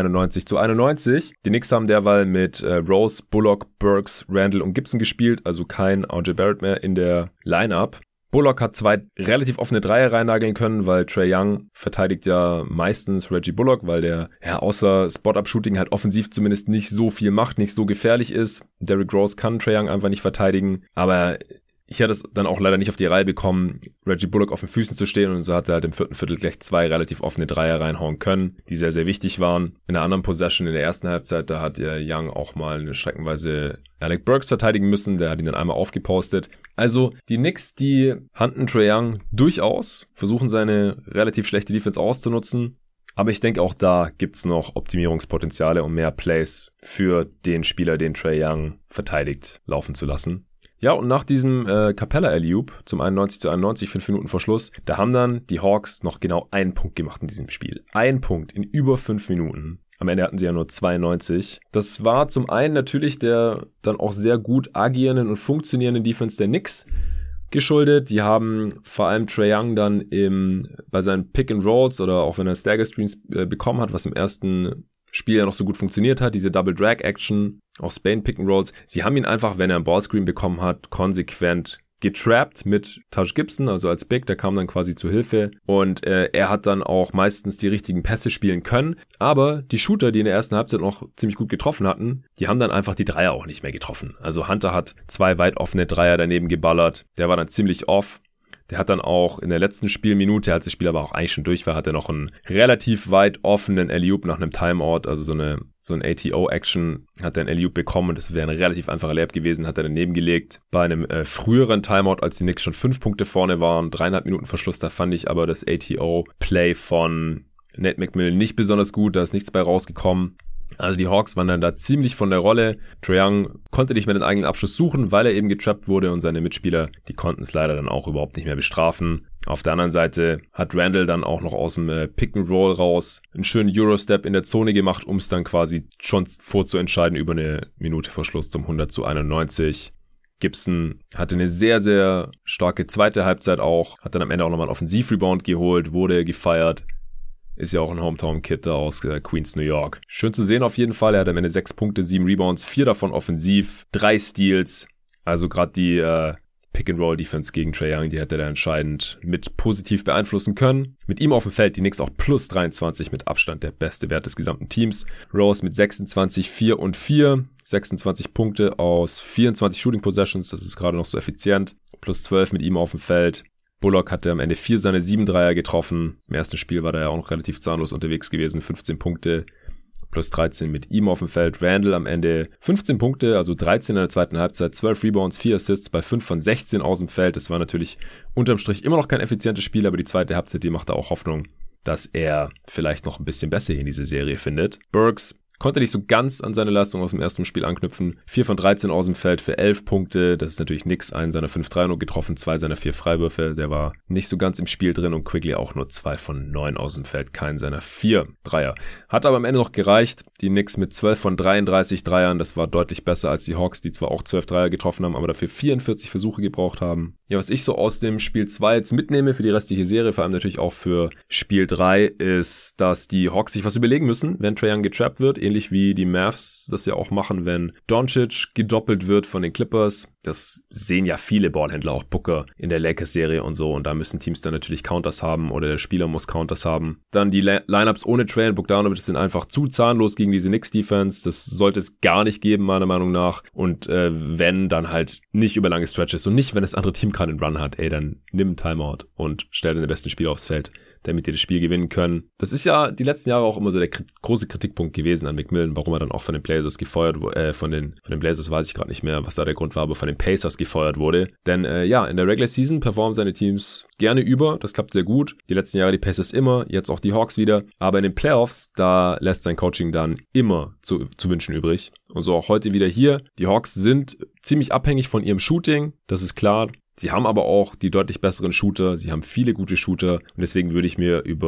91:91. Die Knicks haben derweil mit Rose, Bullock, Burks, Randle und Gibson gespielt. Also kein RJ Barrett mehr in der Lineup. Bullock hat 2 relativ offene Dreier reinnageln können, weil Trae Young verteidigt ja meistens Reggie Bullock, weil der außer Spot-Up-Shooting halt offensiv zumindest nicht so viel macht, nicht so gefährlich ist. Derrick Rose kann Trae Young einfach nicht verteidigen, aber ich hatte es dann auch leider nicht auf die Reihe bekommen, Reggie Bullock auf den Füßen zu stehen, und so hat er halt im 4. Viertel gleich 2 relativ offene Dreier reinhauen können, die sehr, sehr wichtig waren. In einer anderen Possession in der ersten Halbzeit, da hat Young auch mal eine streckenweise Alec Burks verteidigen müssen, der hat ihn dann einmal aufgepostet. Also die Knicks, die hunten Trae Young durchaus, versuchen seine relativ schlechte Defense auszunutzen. Aber ich denke, auch da gibt's noch Optimierungspotenziale, um mehr Plays für den Spieler, den Trae Young verteidigt, laufen zu lassen. Ja, und nach diesem Capella Alley-Oop zum 91:91, 5 Minuten vor Schluss, da haben dann die Hawks noch genau 1 Punkt gemacht in diesem Spiel. 1 Punkt in über 5 Minuten. Am Ende hatten sie ja nur 92. Das war zum einen natürlich der dann auch sehr gut agierenden und funktionierenden Defense der Knicks geschuldet. Die haben vor allem Trae Young dann bei seinen Pick-and-Rolls oder auch wenn er Stagger-Screens bekommen hat, was im ersten Spiel ja noch so gut funktioniert hat, diese Double-Drag-Action, auch Spain Pick-and-Rolls. Sie haben ihn einfach, wenn er einen Ballscreen bekommen hat, konsequent getrappt mit Taj Gibson, also als Big, der kam dann quasi zu Hilfe und er hat dann auch meistens die richtigen Pässe spielen können, aber die Shooter, die in der ersten Halbzeit noch ziemlich gut getroffen hatten, die haben dann einfach die Dreier auch nicht mehr getroffen. Also Hunter hat 2 weit offene Dreier daneben geballert, der war dann ziemlich off. Der hat dann auch in der letzten Spielminute, als das Spiel aber auch eigentlich schon durch war, hat er noch einen relativ weit offenen Alley-Oop nach einem Timeout, also so ein ATO-Action, hat er einen Alley-Oop bekommen und das wäre ein relativ einfacher Layup gewesen, hat er daneben gelegt. Bei einem früheren Timeout, als die Knicks schon 5 Punkte vorne waren, 3,5 Minuten Verschluss, da fand ich aber das ATO-Play von Nate McMillan nicht besonders gut, da ist nichts bei rausgekommen. Also die Hawks waren dann da ziemlich von der Rolle. Trae Young konnte nicht mehr den eigenen Abschluss suchen, weil er eben getrappt wurde und seine Mitspieler, die konnten es leider dann auch überhaupt nicht mehr bestrafen. Auf der anderen Seite hat Randle dann auch noch aus dem Pick-and-Roll raus einen schönen Eurostep in der Zone gemacht, um es dann quasi schon vorzuentscheiden über eine Minute vor Schluss zum 100:91. Gibson hatte eine sehr, sehr starke zweite Halbzeit auch, hat dann am Ende auch nochmal einen Offensiv-Rebound geholt, wurde gefeiert. Ist ja auch ein Hometown-Kid da aus Queens, New York. Schön zu sehen auf jeden Fall. Er hat am Ende 6 Punkte, 7 Rebounds, 4 davon offensiv, 3 Steals. Also gerade die Pick-and-Roll-Defense gegen Trae Young, die hätte er entscheidend mit positiv beeinflussen können. Mit ihm auf dem Feld die Knicks auch plus 23, mit Abstand der beste Wert des gesamten Teams. Rose mit 26, 4 und 4. 26 Punkte aus 24 Shooting Possessions, das ist gerade noch so effizient. Plus 12 mit ihm auf dem Feld. Bullock hatte am Ende 4 seiner 7 Dreier getroffen. Im ersten Spiel war er ja auch noch relativ zahnlos unterwegs gewesen. 15 Punkte, plus 13 mit ihm auf dem Feld. Randle am Ende 15 Punkte, also 13 in der zweiten Halbzeit, 12 Rebounds, 4 Assists bei 5 von 16 aus dem Feld. Das war natürlich unterm Strich immer noch kein effizientes Spiel, aber die zweite Halbzeit, die macht da auch Hoffnung, dass er vielleicht noch ein bisschen besser in diese Serie findet. Burks konnte nicht so ganz an seine Leistung aus dem ersten Spiel anknüpfen. 4 von 13 aus dem Feld für 11 Punkte. Das ist natürlich nix. Einen seiner 5 Dreier nur getroffen, 2 seiner 4 Freiwürfe. Der war nicht so ganz im Spiel drin und Quigley auch nur 2 von 9 aus dem Feld. Keinen seiner 4 Dreier. Hat aber am Ende noch gereicht. Die Knicks mit 12 von 33 Dreiern. Das war deutlich besser als die Hawks, die zwar auch 12 Dreier getroffen haben, aber dafür 44 Versuche gebraucht haben. Ja, was ich so aus dem Spiel 2 jetzt mitnehme für die restliche Serie, vor allem natürlich auch für Spiel 3, ist, dass die Hawks sich was überlegen müssen, wenn Trae Young getrappt wird. Ähnlich wie die Mavs das ja auch machen, wenn Doncic gedoppelt wird von den Clippers. Das sehen ja viele Ballhändler, auch Booker in der Lakers-Serie und so. Und da müssen Teams dann natürlich Counters haben oder der Spieler muss Counters haben. Dann die Lineups ohne Trae und Bogdanovic sind einfach zu zahnlos gegen diese Knicks-Defense. Das sollte es gar nicht geben, meiner Meinung nach. Und wenn, dann halt nicht über lange Stretches und nicht, wenn das andere Team gerade einen Run hat. Dann nimm einen Timeout und stell den besten Spieler aufs Feld, damit die das Spiel gewinnen können. Das ist ja die letzten Jahre auch immer so der große Kritikpunkt gewesen an McMillan, warum er dann auch von den Blazers gefeuert wurde. Von den Blazers weiß ich gerade nicht mehr, was da der Grund war, aber von den Pacers gefeuert wurde. Denn in der Regular Season performen seine Teams gerne über, das klappt sehr gut. Die letzten Jahre die Pacers immer, jetzt auch die Hawks wieder. Aber in den Playoffs, da lässt sein Coaching dann immer zu wünschen übrig. Und so auch heute wieder hier. Die Hawks sind ziemlich abhängig von ihrem Shooting, das ist klar. Sie haben aber auch die deutlich besseren Shooter, sie haben viele gute Shooter und deswegen würde ich mir über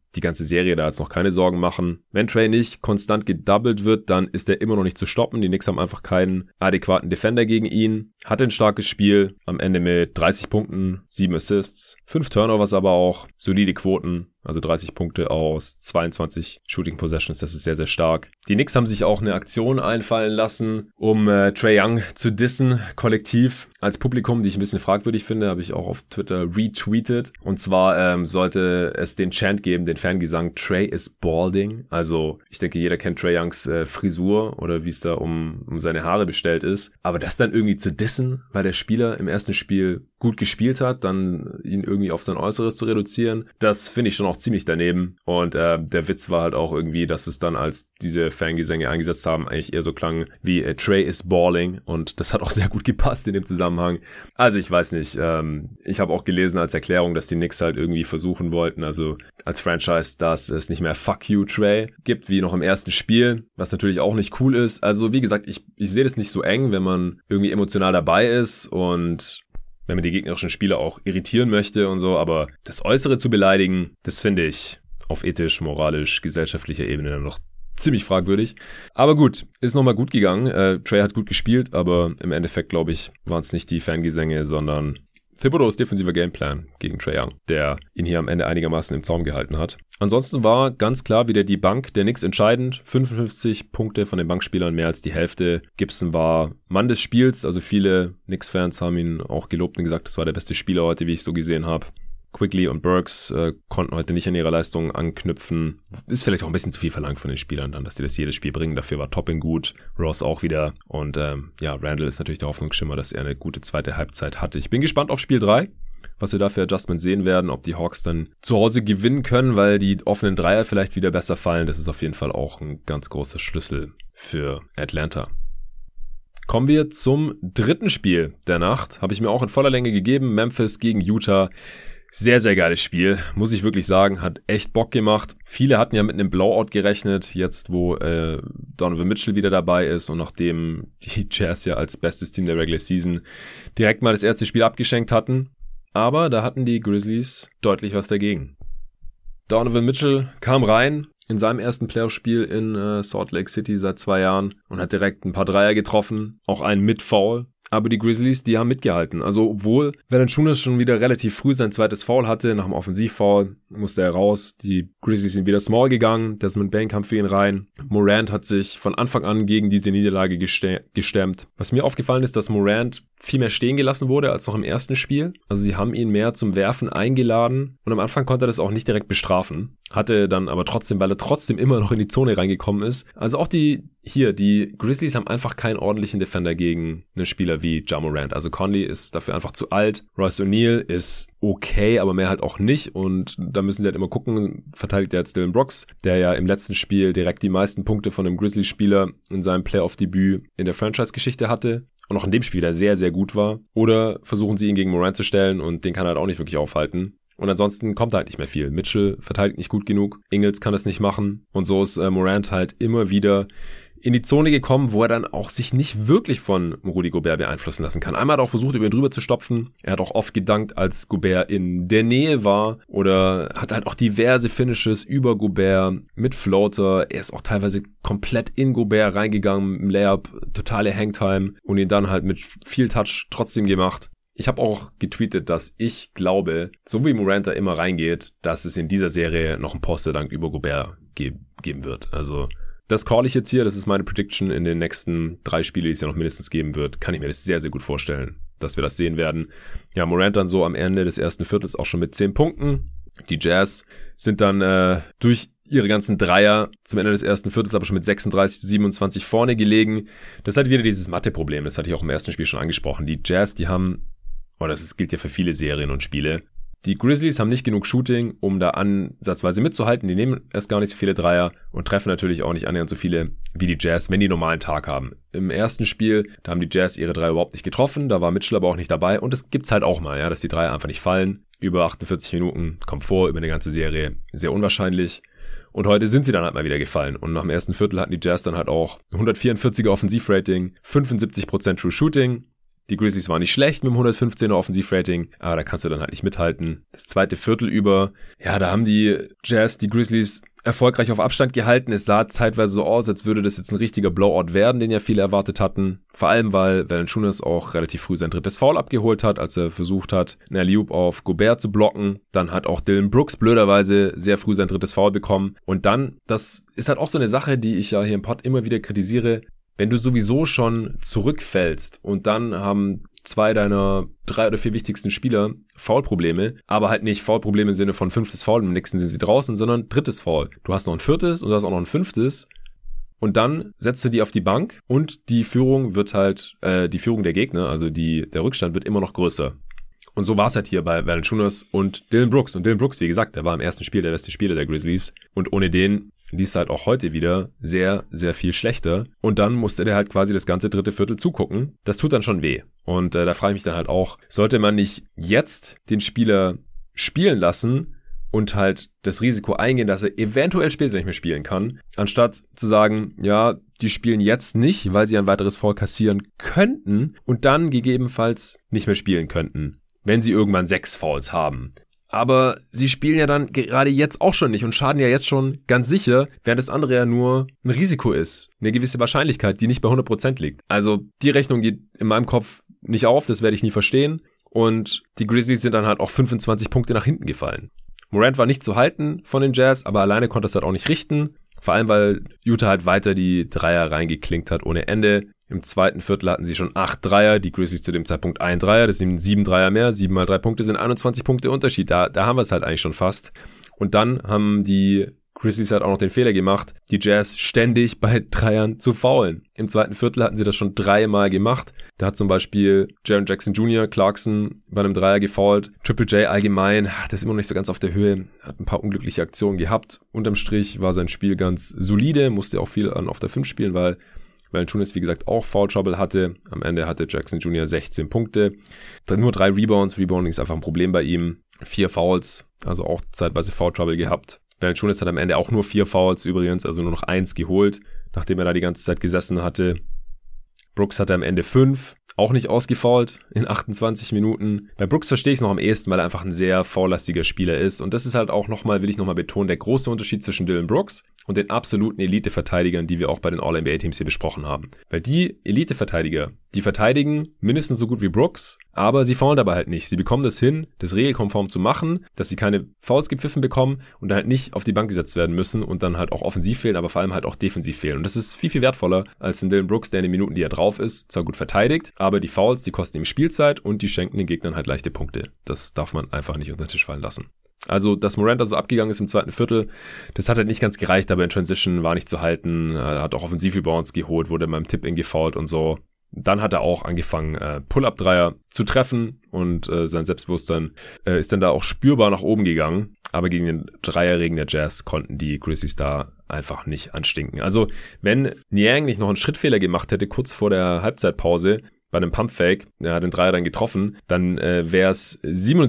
die ganze Serie da jetzt noch keine Sorgen machen. Wenn Trae nicht konstant gedoubled wird, dann ist er immer noch nicht zu stoppen. Die Knicks haben einfach keinen adäquaten Defender gegen ihn. Hatte ein starkes Spiel, am Ende mit 30 Punkten, 7 Assists, 5 Turnovers aber auch, solide Quoten. Also 30 Punkte aus 22 Shooting Possessions, das ist sehr, sehr stark. Die Knicks haben sich auch eine Aktion einfallen lassen, um Trae Young zu dissen, kollektiv. Als Publikum, die ich ein bisschen fragwürdig finde, habe ich auch auf Twitter retweetet. Und zwar sollte es den Chant geben, den Fangesang, Trae is balding. Also ich denke, jeder kennt Trae Youngs Frisur oder wie es da um seine Haare bestellt ist. Aber das dann irgendwie zu dissen, weil der Spieler im ersten Spiel gut gespielt hat, dann ihn irgendwie auf sein Äußeres zu reduzieren, das finde ich schon auch ziemlich daneben. Und der Witz war halt auch irgendwie, dass es dann, als diese Fangesänge eingesetzt haben, eigentlich eher so klang wie Trae is balling. Und das hat auch sehr gut gepasst in dem Zusammenhang. Also ich weiß nicht, ich habe auch gelesen als Erklärung, dass die Knicks halt irgendwie versuchen wollten, also als Franchise, dass es nicht mehr Fuck you Trae gibt, wie noch im ersten Spiel, was natürlich auch nicht cool ist. Also wie gesagt, ich sehe das nicht so eng, wenn man irgendwie emotional dabei ist und wenn man die gegnerischen Spieler auch irritieren möchte und so, aber das Äußere zu beleidigen, das finde ich auf ethisch, moralisch, gesellschaftlicher Ebene dann noch ziemlich fragwürdig. Aber gut, ist nochmal gut gegangen. Trae hat gut gespielt, aber im Endeffekt, glaube ich, waren es nicht die Fangesänge, sondern Thibodeaus defensiver Gameplan gegen Trae Young, der ihn hier am Ende einigermaßen im Zaum gehalten hat. Ansonsten war ganz klar wieder die Bank der Knicks entscheidend. 55 Punkte von den Bankspielern, mehr als die Hälfte. Gibson war Mann des Spiels, also viele Knicks-Fans haben ihn auch gelobt und gesagt, das war der beste Spieler heute, wie ich so gesehen habe. Quigley und Burks konnten heute nicht an ihrer Leistung anknüpfen. Ist vielleicht auch ein bisschen zu viel verlangt von den Spielern dann, dass die das jedes Spiel bringen. Dafür war Toppin gut, Ross auch wieder. Und Randall ist natürlich der Hoffnungsschimmer, dass er eine gute zweite Halbzeit hatte. Ich bin gespannt auf Spiel 3, was wir da für Adjustments sehen werden, ob die Hawks dann zu Hause gewinnen können, weil die offenen Dreier vielleicht wieder besser fallen. Das ist auf jeden Fall auch ein ganz großer Schlüssel für Atlanta. Kommen wir zum dritten Spiel der Nacht. Habe ich mir auch in voller Länge gegeben. Memphis gegen Utah. Sehr, sehr geiles Spiel, muss ich wirklich sagen, hat echt Bock gemacht. Viele hatten ja mit einem Blowout gerechnet, jetzt wo Donovan Mitchell wieder dabei ist und nachdem die Jazz ja als bestes Team der Regular Season direkt mal das erste Spiel abgeschenkt hatten. Aber da hatten die Grizzlies deutlich was dagegen. Donovan Mitchell kam rein in seinem ersten Playoff-Spiel in Salt Lake City seit 2 Jahren und hat direkt ein paar Dreier getroffen, auch einen mit Foul. Aber die Grizzlies, die haben mitgehalten. Also obwohl Valanciunas schon wieder relativ früh sein zweites Foul hatte, nach dem Offensivfoul musste er raus. Die Grizzlies sind wieder small gegangen, Desmond Bane kam für ihn rein. Morant hat sich von Anfang an gegen diese Niederlage gestemmt. Was mir aufgefallen ist, dass Morant viel mehr stehen gelassen wurde als noch im ersten Spiel. Also sie haben ihn mehr zum Werfen eingeladen und am Anfang konnte er das auch nicht direkt bestrafen. Hatte dann aber trotzdem, weil er trotzdem immer noch in die Zone reingekommen ist. Also auch die Grizzlies haben einfach keinen ordentlichen Defender gegen einen Spieler wie Ja Morant. Also Conley ist dafür einfach zu alt. Royce O'Neal ist okay, aber mehr halt auch nicht. Und da müssen sie halt immer gucken, verteidigt er jetzt Dillon Brooks, der ja im letzten Spiel direkt die meisten Punkte von einem Grizzlies-Spieler in seinem Playoff-Debüt in der Franchise-Geschichte hatte. Und auch in dem Spiel, der sehr, sehr gut war. Oder versuchen sie ihn gegen Morant zu stellen und den kann er halt auch nicht wirklich aufhalten. Und ansonsten kommt halt nicht mehr viel. Mitchell verteidigt nicht gut genug. Ingles kann es nicht machen. Und so ist Morant halt immer wieder in die Zone gekommen, wo er dann auch sich nicht wirklich von Rudy Gobert beeinflussen lassen kann. Einmal hat er auch versucht, über ihn drüber zu stopfen. Er hat auch oft gedankt, als Gobert in der Nähe war. Oder hat halt auch diverse Finishes über Gobert mit Floater. Er ist auch teilweise komplett in Gobert reingegangen im Layup. Totale Hangtime. Und ihn dann halt mit viel Touch trotzdem gemacht. Ich habe auch getweetet, dass ich glaube, so wie Morant da immer reingeht, dass es in dieser Serie noch einen Poster-Dank über Gobert geben wird. Also das call ich jetzt hier, das ist meine Prediction in den nächsten 3 Spielen, die es ja noch mindestens geben wird. Kann ich mir das sehr, sehr gut vorstellen, dass wir das sehen werden. Ja, Morant dann so am Ende des ersten Viertels auch schon mit 10 Punkten. Die Jazz sind dann durch ihre ganzen Dreier zum Ende des ersten Viertels aber schon mit 36-27 vorne gelegen. Das ist halt wieder dieses Mathe-Problem, das hatte ich auch im ersten Spiel schon angesprochen. Die Jazz, die haben, das gilt ja für viele Serien und Spiele, die Grizzlies haben nicht genug Shooting, um da ansatzweise mitzuhalten. Die nehmen erst gar nicht so viele Dreier und treffen natürlich auch nicht annähernd so viele wie die Jazz, wenn die einen normalen Tag haben. Im ersten Spiel, da haben die Jazz ihre Dreier überhaupt nicht getroffen, da war Mitchell aber auch nicht dabei und das gibt's halt auch mal, ja, dass die Dreier einfach nicht fallen. Über 48 Minuten kommt vor, über eine ganze Serie, sehr unwahrscheinlich. Und heute sind sie dann halt mal wieder gefallen. Und nach dem ersten Viertel hatten die Jazz dann halt auch 144er Offensivrating, 75% True Shooting. Die Grizzlies waren nicht schlecht mit dem 115er Offensivrating, aber da kannst du dann halt nicht mithalten. Das zweite Viertel über, ja, da haben die Jazz, die Grizzlies erfolgreich auf Abstand gehalten. Es sah zeitweise so aus, als würde das jetzt ein richtiger Blowout werden, den ja viele erwartet hatten. Vor allem, weil Valanciunas auch relativ früh sein drittes Foul abgeholt hat, als er versucht hat, einen Alley-oop auf Gobert zu blocken. Dann hat auch Dillon Brooks blöderweise sehr früh sein drittes Foul bekommen. Und dann, das ist halt auch so eine Sache, die ich ja hier im Pod immer wieder kritisiere, wenn du sowieso schon zurückfällst und dann haben 2 deiner 3 oder 4 wichtigsten Spieler Foulprobleme, aber halt nicht Foulprobleme im Sinne von 5. Foul, im nächsten sind sie draußen, sondern 3. Foul. Du hast noch ein 4. und du hast auch noch ein 5. Und dann setzt du die auf die Bank und die Führung wird halt, die Führung der Gegner, also der Rückstand wird immer noch größer. Und so war es halt hier bei Valanciunas und Dillon Brooks. Und Dillon Brooks, wie gesagt, der war im ersten Spiel der beste Spieler der Grizzlies. Und ohne den lief es halt auch heute wieder sehr, sehr viel schlechter. Und dann musste der halt quasi das ganze dritte Viertel zugucken. Das tut dann schon weh. Und da frage ich mich dann halt auch, sollte man nicht jetzt den Spieler spielen lassen und halt das Risiko eingehen, dass er eventuell später nicht mehr spielen kann, anstatt zu sagen, ja, die spielen jetzt nicht, weil sie ein weiteres Foul kassieren könnten und dann gegebenenfalls nicht mehr spielen könnten, wenn sie irgendwann 6 Fouls haben. Aber sie spielen ja dann gerade jetzt auch schon nicht und schaden ja jetzt schon ganz sicher, während das andere ja nur ein Risiko ist. Eine gewisse Wahrscheinlichkeit, die nicht bei 100% liegt. Also die Rechnung geht in meinem Kopf nicht auf, das werde ich nie verstehen. Und die Grizzlies sind dann halt auch 25 Punkte nach hinten gefallen. Morant war nicht zu halten von den Jazz, aber alleine konnte es halt auch nicht richten. Vor allem, weil Utah halt weiter die Dreier reingeklinkt hat ohne Ende. Im zweiten Viertel hatten sie schon 8 Dreier, die Grizzlies zu dem Zeitpunkt 1 Dreier, das sind 7 Dreier mehr, 7 mal 3 Punkte sind 21 Punkte Unterschied, da haben wir es halt eigentlich schon fast. Und dann haben die Grizzlies halt auch noch den Fehler gemacht, die Jazz ständig bei Dreiern zu foulen. Im zweiten Viertel hatten sie das schon 3-mal gemacht. Da hat zum Beispiel Jaren Jackson Jr., Clarkson bei einem Dreier gefoult. Triple J allgemein, das ist immer noch nicht so ganz auf der Höhe, hat ein paar unglückliche Aktionen gehabt. Unterm Strich war sein Spiel ganz solide, musste auch viel auf der 5 spielen, weil Valanciunas, wie gesagt, auch Foul Trouble hatte. Am Ende hatte Jackson Jr. 16 Punkte. Dann nur 3 Rebounds. Rebounding ist einfach ein Problem bei ihm. 4 Fouls, also auch zeitweise Foul Trouble gehabt. Valanciunas hat am Ende auch nur 4 Fouls übrigens, also nur noch 1 geholt, nachdem er da die ganze Zeit gesessen hatte. Brooks hatte am Ende 5, auch nicht ausgefoult in 28 Minuten. Bei Brooks verstehe ich es noch am ehesten, weil er einfach ein sehr foul-lastiger Spieler ist. Und das ist halt auch nochmal, will ich nochmal betonen, der große Unterschied zwischen Dillon Brooks und den absoluten Elite-Verteidigern, die wir auch bei den All-NBA-Teams hier besprochen haben. Weil die Elite-Verteidiger, die verteidigen mindestens so gut wie Brooks, aber sie foulen dabei halt nicht. Sie bekommen das hin, das regelkonform zu machen, dass sie keine Fouls gepfiffen bekommen und dann halt nicht auf die Bank gesetzt werden müssen und dann halt auch offensiv fehlen, aber vor allem halt auch defensiv fehlen. Und das ist viel, viel wertvoller als ein Dillon Brooks, der in den Minuten, die er drauf ist, zwar gut verteidigt, aber die Fouls, die kosten ihm Spielzeit und die schenken den Gegnern halt leichte Punkte. Das darf man einfach nicht unter den Tisch fallen lassen. Also, dass Morant also abgegangen ist im zweiten Viertel, das hat halt nicht ganz gereicht, aber in Transition war nicht zu halten. Er hat auch Offensiv-Rebounds geholt, wurde beim Tip-In gefoult und so. Dann hat er auch angefangen, Pull-Up-Dreier zu treffen und sein Selbstbewusstsein ist dann da auch spürbar nach oben gegangen. Aber gegen den Dreierregen der Jazz konnten die Grizzlies da einfach nicht anstinken. Also, wenn Niang nicht noch einen Schrittfehler gemacht hätte, kurz vor der Halbzeitpause, bei einem Pumpfake, er hat den Dreier dann getroffen, dann wäre es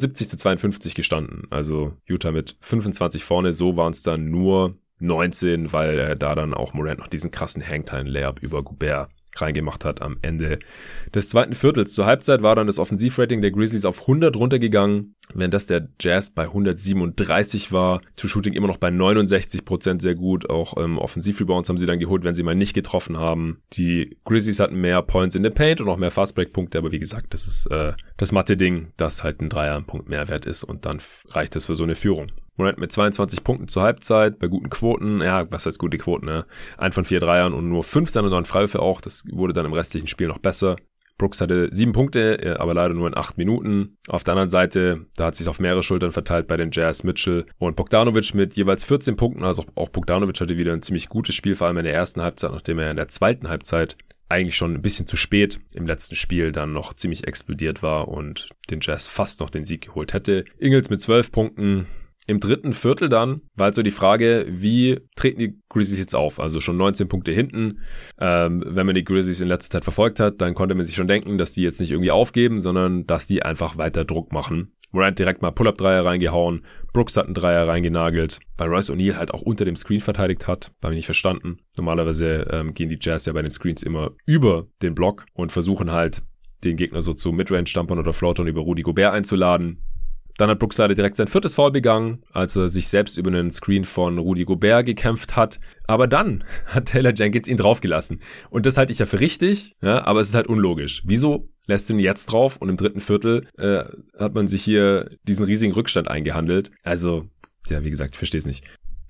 77-52 gestanden. Also Utah mit 25 vorne, so waren es dann nur 19, weil da dann auch Morant noch diesen krassen Hangtime-Layup über Gobert reingemacht hat am Ende des zweiten Viertels. Zur Halbzeit war dann das Offensivrating der Grizzlies auf 100 runtergegangen, wenn das der Jazz bei 137 war. True Shooting immer noch bei 69% sehr gut. Auch Offensivrebounds haben sie dann geholt, wenn sie mal nicht getroffen haben. Die Grizzlies hatten mehr Points in the Paint und auch mehr Fastbreak-Punkte, aber wie gesagt, das ist das Mathe-Ding, dass halt ein Dreier ein Punkt Mehrwert ist und dann reicht das für so eine Führung. Morant mit 22 Punkten zur Halbzeit, bei guten Quoten, ja, was heißt gute Quoten, ne? 1 von 4 Dreiern und nur 5 seiner 9 Freiwürfe auch, das wurde dann im restlichen Spiel noch besser. Brooks hatte 7 Punkte, aber leider nur in 8 Minuten. Auf der anderen Seite, da hat sich auf mehrere Schultern verteilt bei den Jazz, Mitchell und Bogdanovic mit jeweils 14 Punkten, also auch Bogdanovic hatte wieder ein ziemlich gutes Spiel, vor allem in der ersten Halbzeit, nachdem er in der zweiten Halbzeit eigentlich schon ein bisschen zu spät im letzten Spiel dann noch ziemlich explodiert war und den Jazz fast noch den Sieg geholt hätte. Ingles mit 12 Punkten. Im dritten Viertel dann war halt so die Frage, wie treten die Grizzlies jetzt auf? Also schon 19 Punkte hinten. Wenn man die Grizzlies in letzter Zeit verfolgt hat, dann konnte man sich schon denken, dass die jetzt nicht irgendwie aufgeben, sondern dass die einfach weiter Druck machen. Morant direkt mal Pull-Up-Dreier reingehauen. Brooks hat einen Dreier reingenagelt. Weil Royce O'Neal halt auch unter dem Screen verteidigt hat. War mir nicht verstanden. Normalerweise gehen die Jazz ja bei den Screens immer über den Block und versuchen halt den Gegner so zu Midrange-Jumpern oder Floatern über Rudy Gobert einzuladen. Dann hat Brooks leider direkt sein 4. Foul begangen, als er sich selbst über einen Screen von Rudy Gobert gekämpft hat. Aber dann hat Taylor Jenkins ihn draufgelassen. Und das halte ich ja für richtig, ja, aber es ist halt unlogisch. Wieso lässt du ihn jetzt drauf und im 3. Viertel hat man sich hier diesen riesigen Rückstand eingehandelt? Also, ja, wie gesagt, ich verstehe es nicht.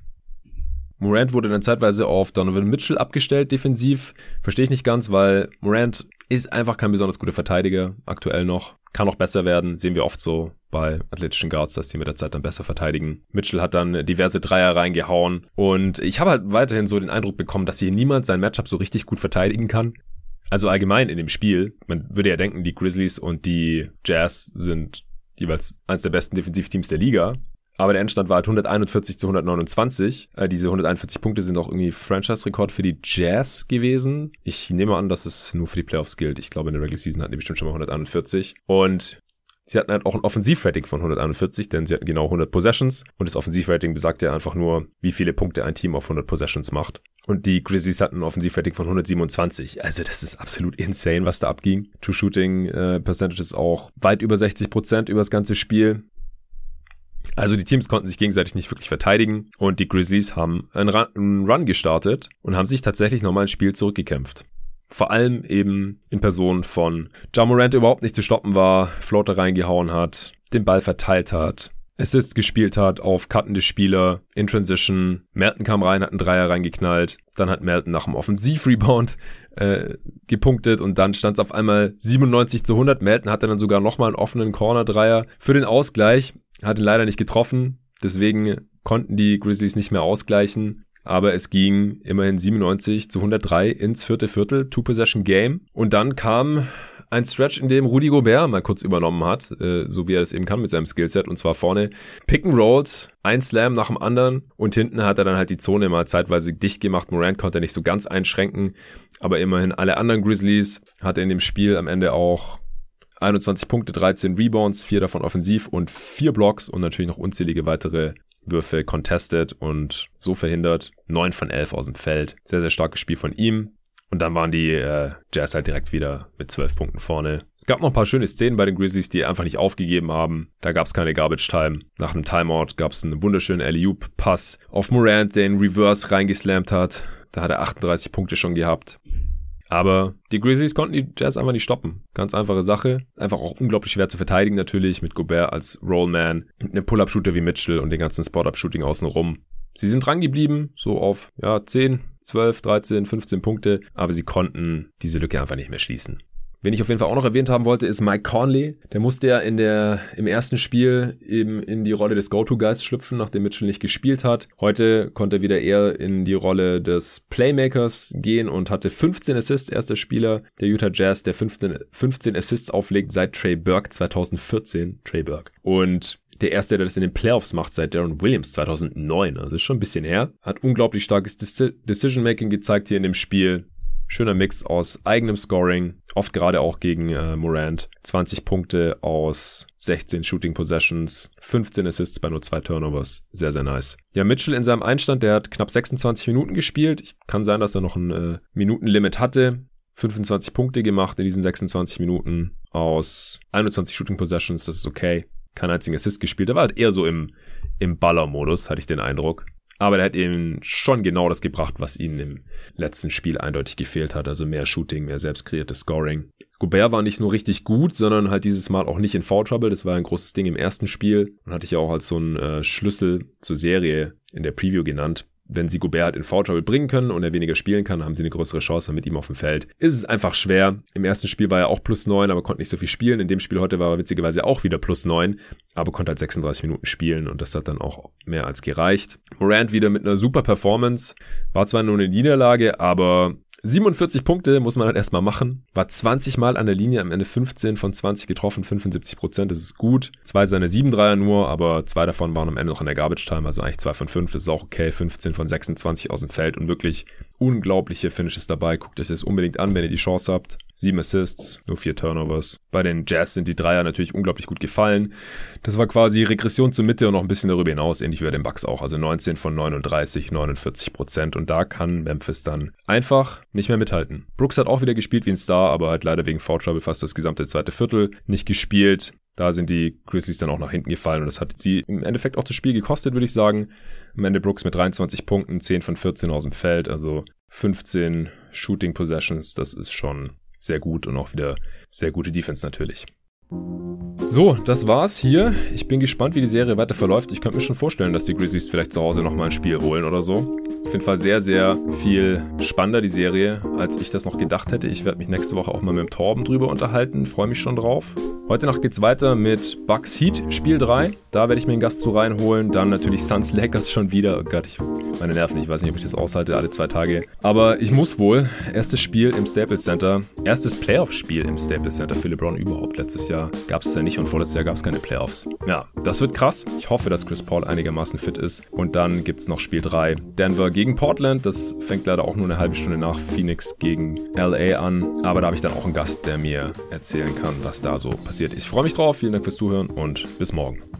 Morant wurde dann zeitweise auf Donovan Mitchell abgestellt, defensiv. Verstehe ich nicht ganz, weil Morant ist einfach kein besonders guter Verteidiger, aktuell noch. Kann auch besser werden, sehen wir oft so bei athletischen Guards, dass die mit der Zeit dann besser verteidigen. Mitchell hat dann diverse Dreier reingehauen und ich habe halt weiterhin so den Eindruck bekommen, dass hier niemand sein Matchup so richtig gut verteidigen kann. Also allgemein in dem Spiel. Man würde ja denken, die Grizzlies und die Jazz sind jeweils eines der besten Defensivteams der Liga. Aber der Endstand war halt 141-129. Diese 141 Punkte sind auch irgendwie Franchise-Rekord für die Jazz gewesen. Ich nehme an, dass es nur für die Playoffs gilt. Ich glaube, in der Regular Season hatten die bestimmt schon mal 141. Und sie hatten halt auch ein Offensivrating von 141, denn sie hatten genau 100 Possessions. Und das Offensivrating besagt ja einfach nur, wie viele Punkte ein Team auf 100 Possessions macht. Und die Grizzlies hatten ein Offensivrating von 127. Also das ist absolut insane, was da abging. True-Shooting-Percentage ist auch weit über 60% über das ganze Spiel. Also die Teams konnten sich gegenseitig nicht wirklich verteidigen und die Grizzlies haben einen Run gestartet und haben sich tatsächlich nochmal ein Spiel zurückgekämpft. Vor allem eben in Person von Ja Morant, der überhaupt nicht zu stoppen war, Floater reingehauen hat, den Ball verteilt hat, Assists gespielt hat auf cuttende Spieler, in Transition. Melton kam rein, hat einen Dreier reingeknallt, dann hat Melton nach dem Offensivrebound gepunktet und dann stand es auf einmal 97-100. Melton hatte dann sogar nochmal einen offenen Corner-Dreier für den Ausgleich. Hat ihn leider nicht getroffen, deswegen konnten die Grizzlies nicht mehr ausgleichen, aber es ging immerhin 97-103 ins 4. Viertel, Two-Possession-Game. Und dann kam ein Stretch, in dem Rudy Gobert mal kurz übernommen hat, so wie er das eben kann mit seinem Skillset, und zwar vorne Pick-and-Rolls, ein Slam nach dem anderen und hinten hat er dann halt die Zone mal zeitweise dicht gemacht. Morant konnte er nicht so ganz einschränken, aber immerhin alle anderen Grizzlies hatte in dem Spiel am Ende auch 21 Punkte, 13 Rebounds, 4 davon offensiv und 4 Blocks und natürlich noch unzählige weitere Würfe contested und so verhindert. 9 von 11 aus dem Feld. Sehr, sehr starkes Spiel von ihm. Und dann waren die Jazz halt direkt wieder mit 12 Punkten vorne. Es gab noch ein paar schöne Szenen bei den Grizzlies, die einfach nicht aufgegeben haben. Da gab es keine Garbage Time. Nach einem Timeout gab es einen wunderschönen Alley-Oop-Pass auf Morant, der in Reverse reingeslammt hat. Da hat er 38 Punkte schon gehabt. Aber die Grizzlies konnten die Jazz einfach nicht stoppen. Ganz einfache Sache. Einfach auch unglaublich schwer zu verteidigen natürlich, mit Gobert als Rollman, mit einem Pull-Up-Shooter wie Mitchell und den ganzen Spot-Up-Shooting außenrum. Sie sind dran geblieben, so auf 10, 12, 13, 15 Punkte, aber sie konnten diese Lücke einfach nicht mehr schließen. Wen ich auf jeden Fall auch noch erwähnt haben wollte, ist Mike Conley. Der musste ja im ersten Spiel eben in die Rolle des Go-To-Guys schlüpfen, nachdem Mitchell nicht gespielt hat. Heute konnte er wieder eher in die Rolle des Playmakers gehen und hatte 15 Assists, erster Spieler der Utah Jazz, der 15 Assists auflegt seit Trey Burke 2014. Trey Burke. Und der erste, der das in den Playoffs macht, seit Deron Williams 2009. Also ist schon ein bisschen her. Hat unglaublich starkes Decision-Making gezeigt hier in dem Spiel. Schöner Mix aus eigenem Scoring, oft gerade auch gegen Morant. 20 Punkte aus 16 Shooting Possessions, 15 Assists bei nur 2 Turnovers. Sehr, sehr nice. Ja, Mitchell in seinem Einstand, der hat knapp 26 Minuten gespielt. Kann sein, dass er noch ein Minutenlimit hatte. 25 Punkte gemacht in diesen 26 Minuten aus 21 Shooting Possessions, das ist okay. Kein einzigen Assist gespielt. Er war halt eher so im Baller-Modus, hatte ich den Eindruck. Aber der hat eben schon genau das gebracht, was ihnen im letzten Spiel eindeutig gefehlt hat. Also mehr Shooting, mehr selbst kreiertes Scoring. Gobert war nicht nur richtig gut, sondern halt dieses Mal auch nicht in Foul Trouble. Das war ein großes Ding im ersten Spiel. Und hatte ich ja auch als so ein Schlüssel zur Serie in der Preview genannt. Wenn sie Gobert halt in Foul Trouble bringen können und er weniger spielen kann, haben sie eine größere Chance mit ihm auf dem Feld. Ist es einfach schwer. Im ersten Spiel war er auch +9, aber konnte nicht so viel spielen. In dem Spiel heute war er witzigerweise auch wieder +9, aber konnte halt 36 Minuten spielen und das hat dann auch mehr als gereicht. Morant wieder mit einer super Performance. War zwar nur eine Niederlage, aber 47 Punkte muss man halt erstmal machen. War 20 Mal an der Linie, am Ende 15 von 20 getroffen, 75%, das ist gut. 2 seiner 7 Dreier nur, aber 2 davon waren am Ende noch in der Garbage Time, also eigentlich 2 von 5, das ist auch okay. 15 von 26 aus dem Feld und wirklich unglaubliche Finishes dabei. Guckt euch das unbedingt an, wenn ihr die Chance habt. 7 Assists, nur 4 Turnovers. Bei den Jazz sind die Dreier natürlich unglaublich gut gefallen. Das war quasi Regression zur Mitte und noch ein bisschen darüber hinaus, ähnlich wie bei den Bucks auch. Also 19 von 39, 49%. Und da kann Memphis dann einfach nicht mehr mithalten. Brooks hat auch wieder gespielt wie ein Star, aber halt leider wegen Foul Trouble fast das gesamte zweite Viertel nicht gespielt. Da sind die Grizzlies dann auch nach hinten gefallen und das hat sie im Endeffekt auch das Spiel gekostet, würde ich sagen. Am Ende Brooks mit 23 Punkten, 10 von 14 aus dem Feld, also 15 Shooting Possessions, das ist schon sehr gut und auch wieder sehr gute Defense natürlich. So, das war's hier. Ich bin gespannt, wie die Serie weiter verläuft. Ich könnte mir schon vorstellen, dass die Grizzlies vielleicht zu Hause nochmal ein Spiel holen oder so. Auf jeden Fall sehr, sehr viel spannender die Serie, als ich das noch gedacht hätte. Ich werde mich nächste Woche auch mal mit dem Torben drüber unterhalten. Freue mich schon drauf. Heute Nacht geht's weiter mit Bucks Heat, Spiel 3. Da werde ich mir einen Gast zu reinholen. Dann natürlich Suns Lakers schon wieder. Oh Gott, meine Nerven, ich weiß nicht, ob ich das aushalte, alle 2 Tage. Aber ich muss wohl. Erstes Spiel im Staples Center. Erstes Playoff-Spiel im Staples Center für LeBron überhaupt. Letztes Jahr gab es ja nicht und vorletztes Jahr gab es keine Playoffs. Ja, das wird krass. Ich hoffe, dass Chris Paul einigermaßen fit ist. Und dann gibt's noch Spiel 3. Denver gegen Portland. Das fängt leider auch nur eine halbe Stunde nach Phoenix gegen LA an. Aber da habe ich dann auch einen Gast, der mir erzählen kann, was da so passiert. Ich freue mich drauf. Vielen Dank fürs Zuhören und bis morgen.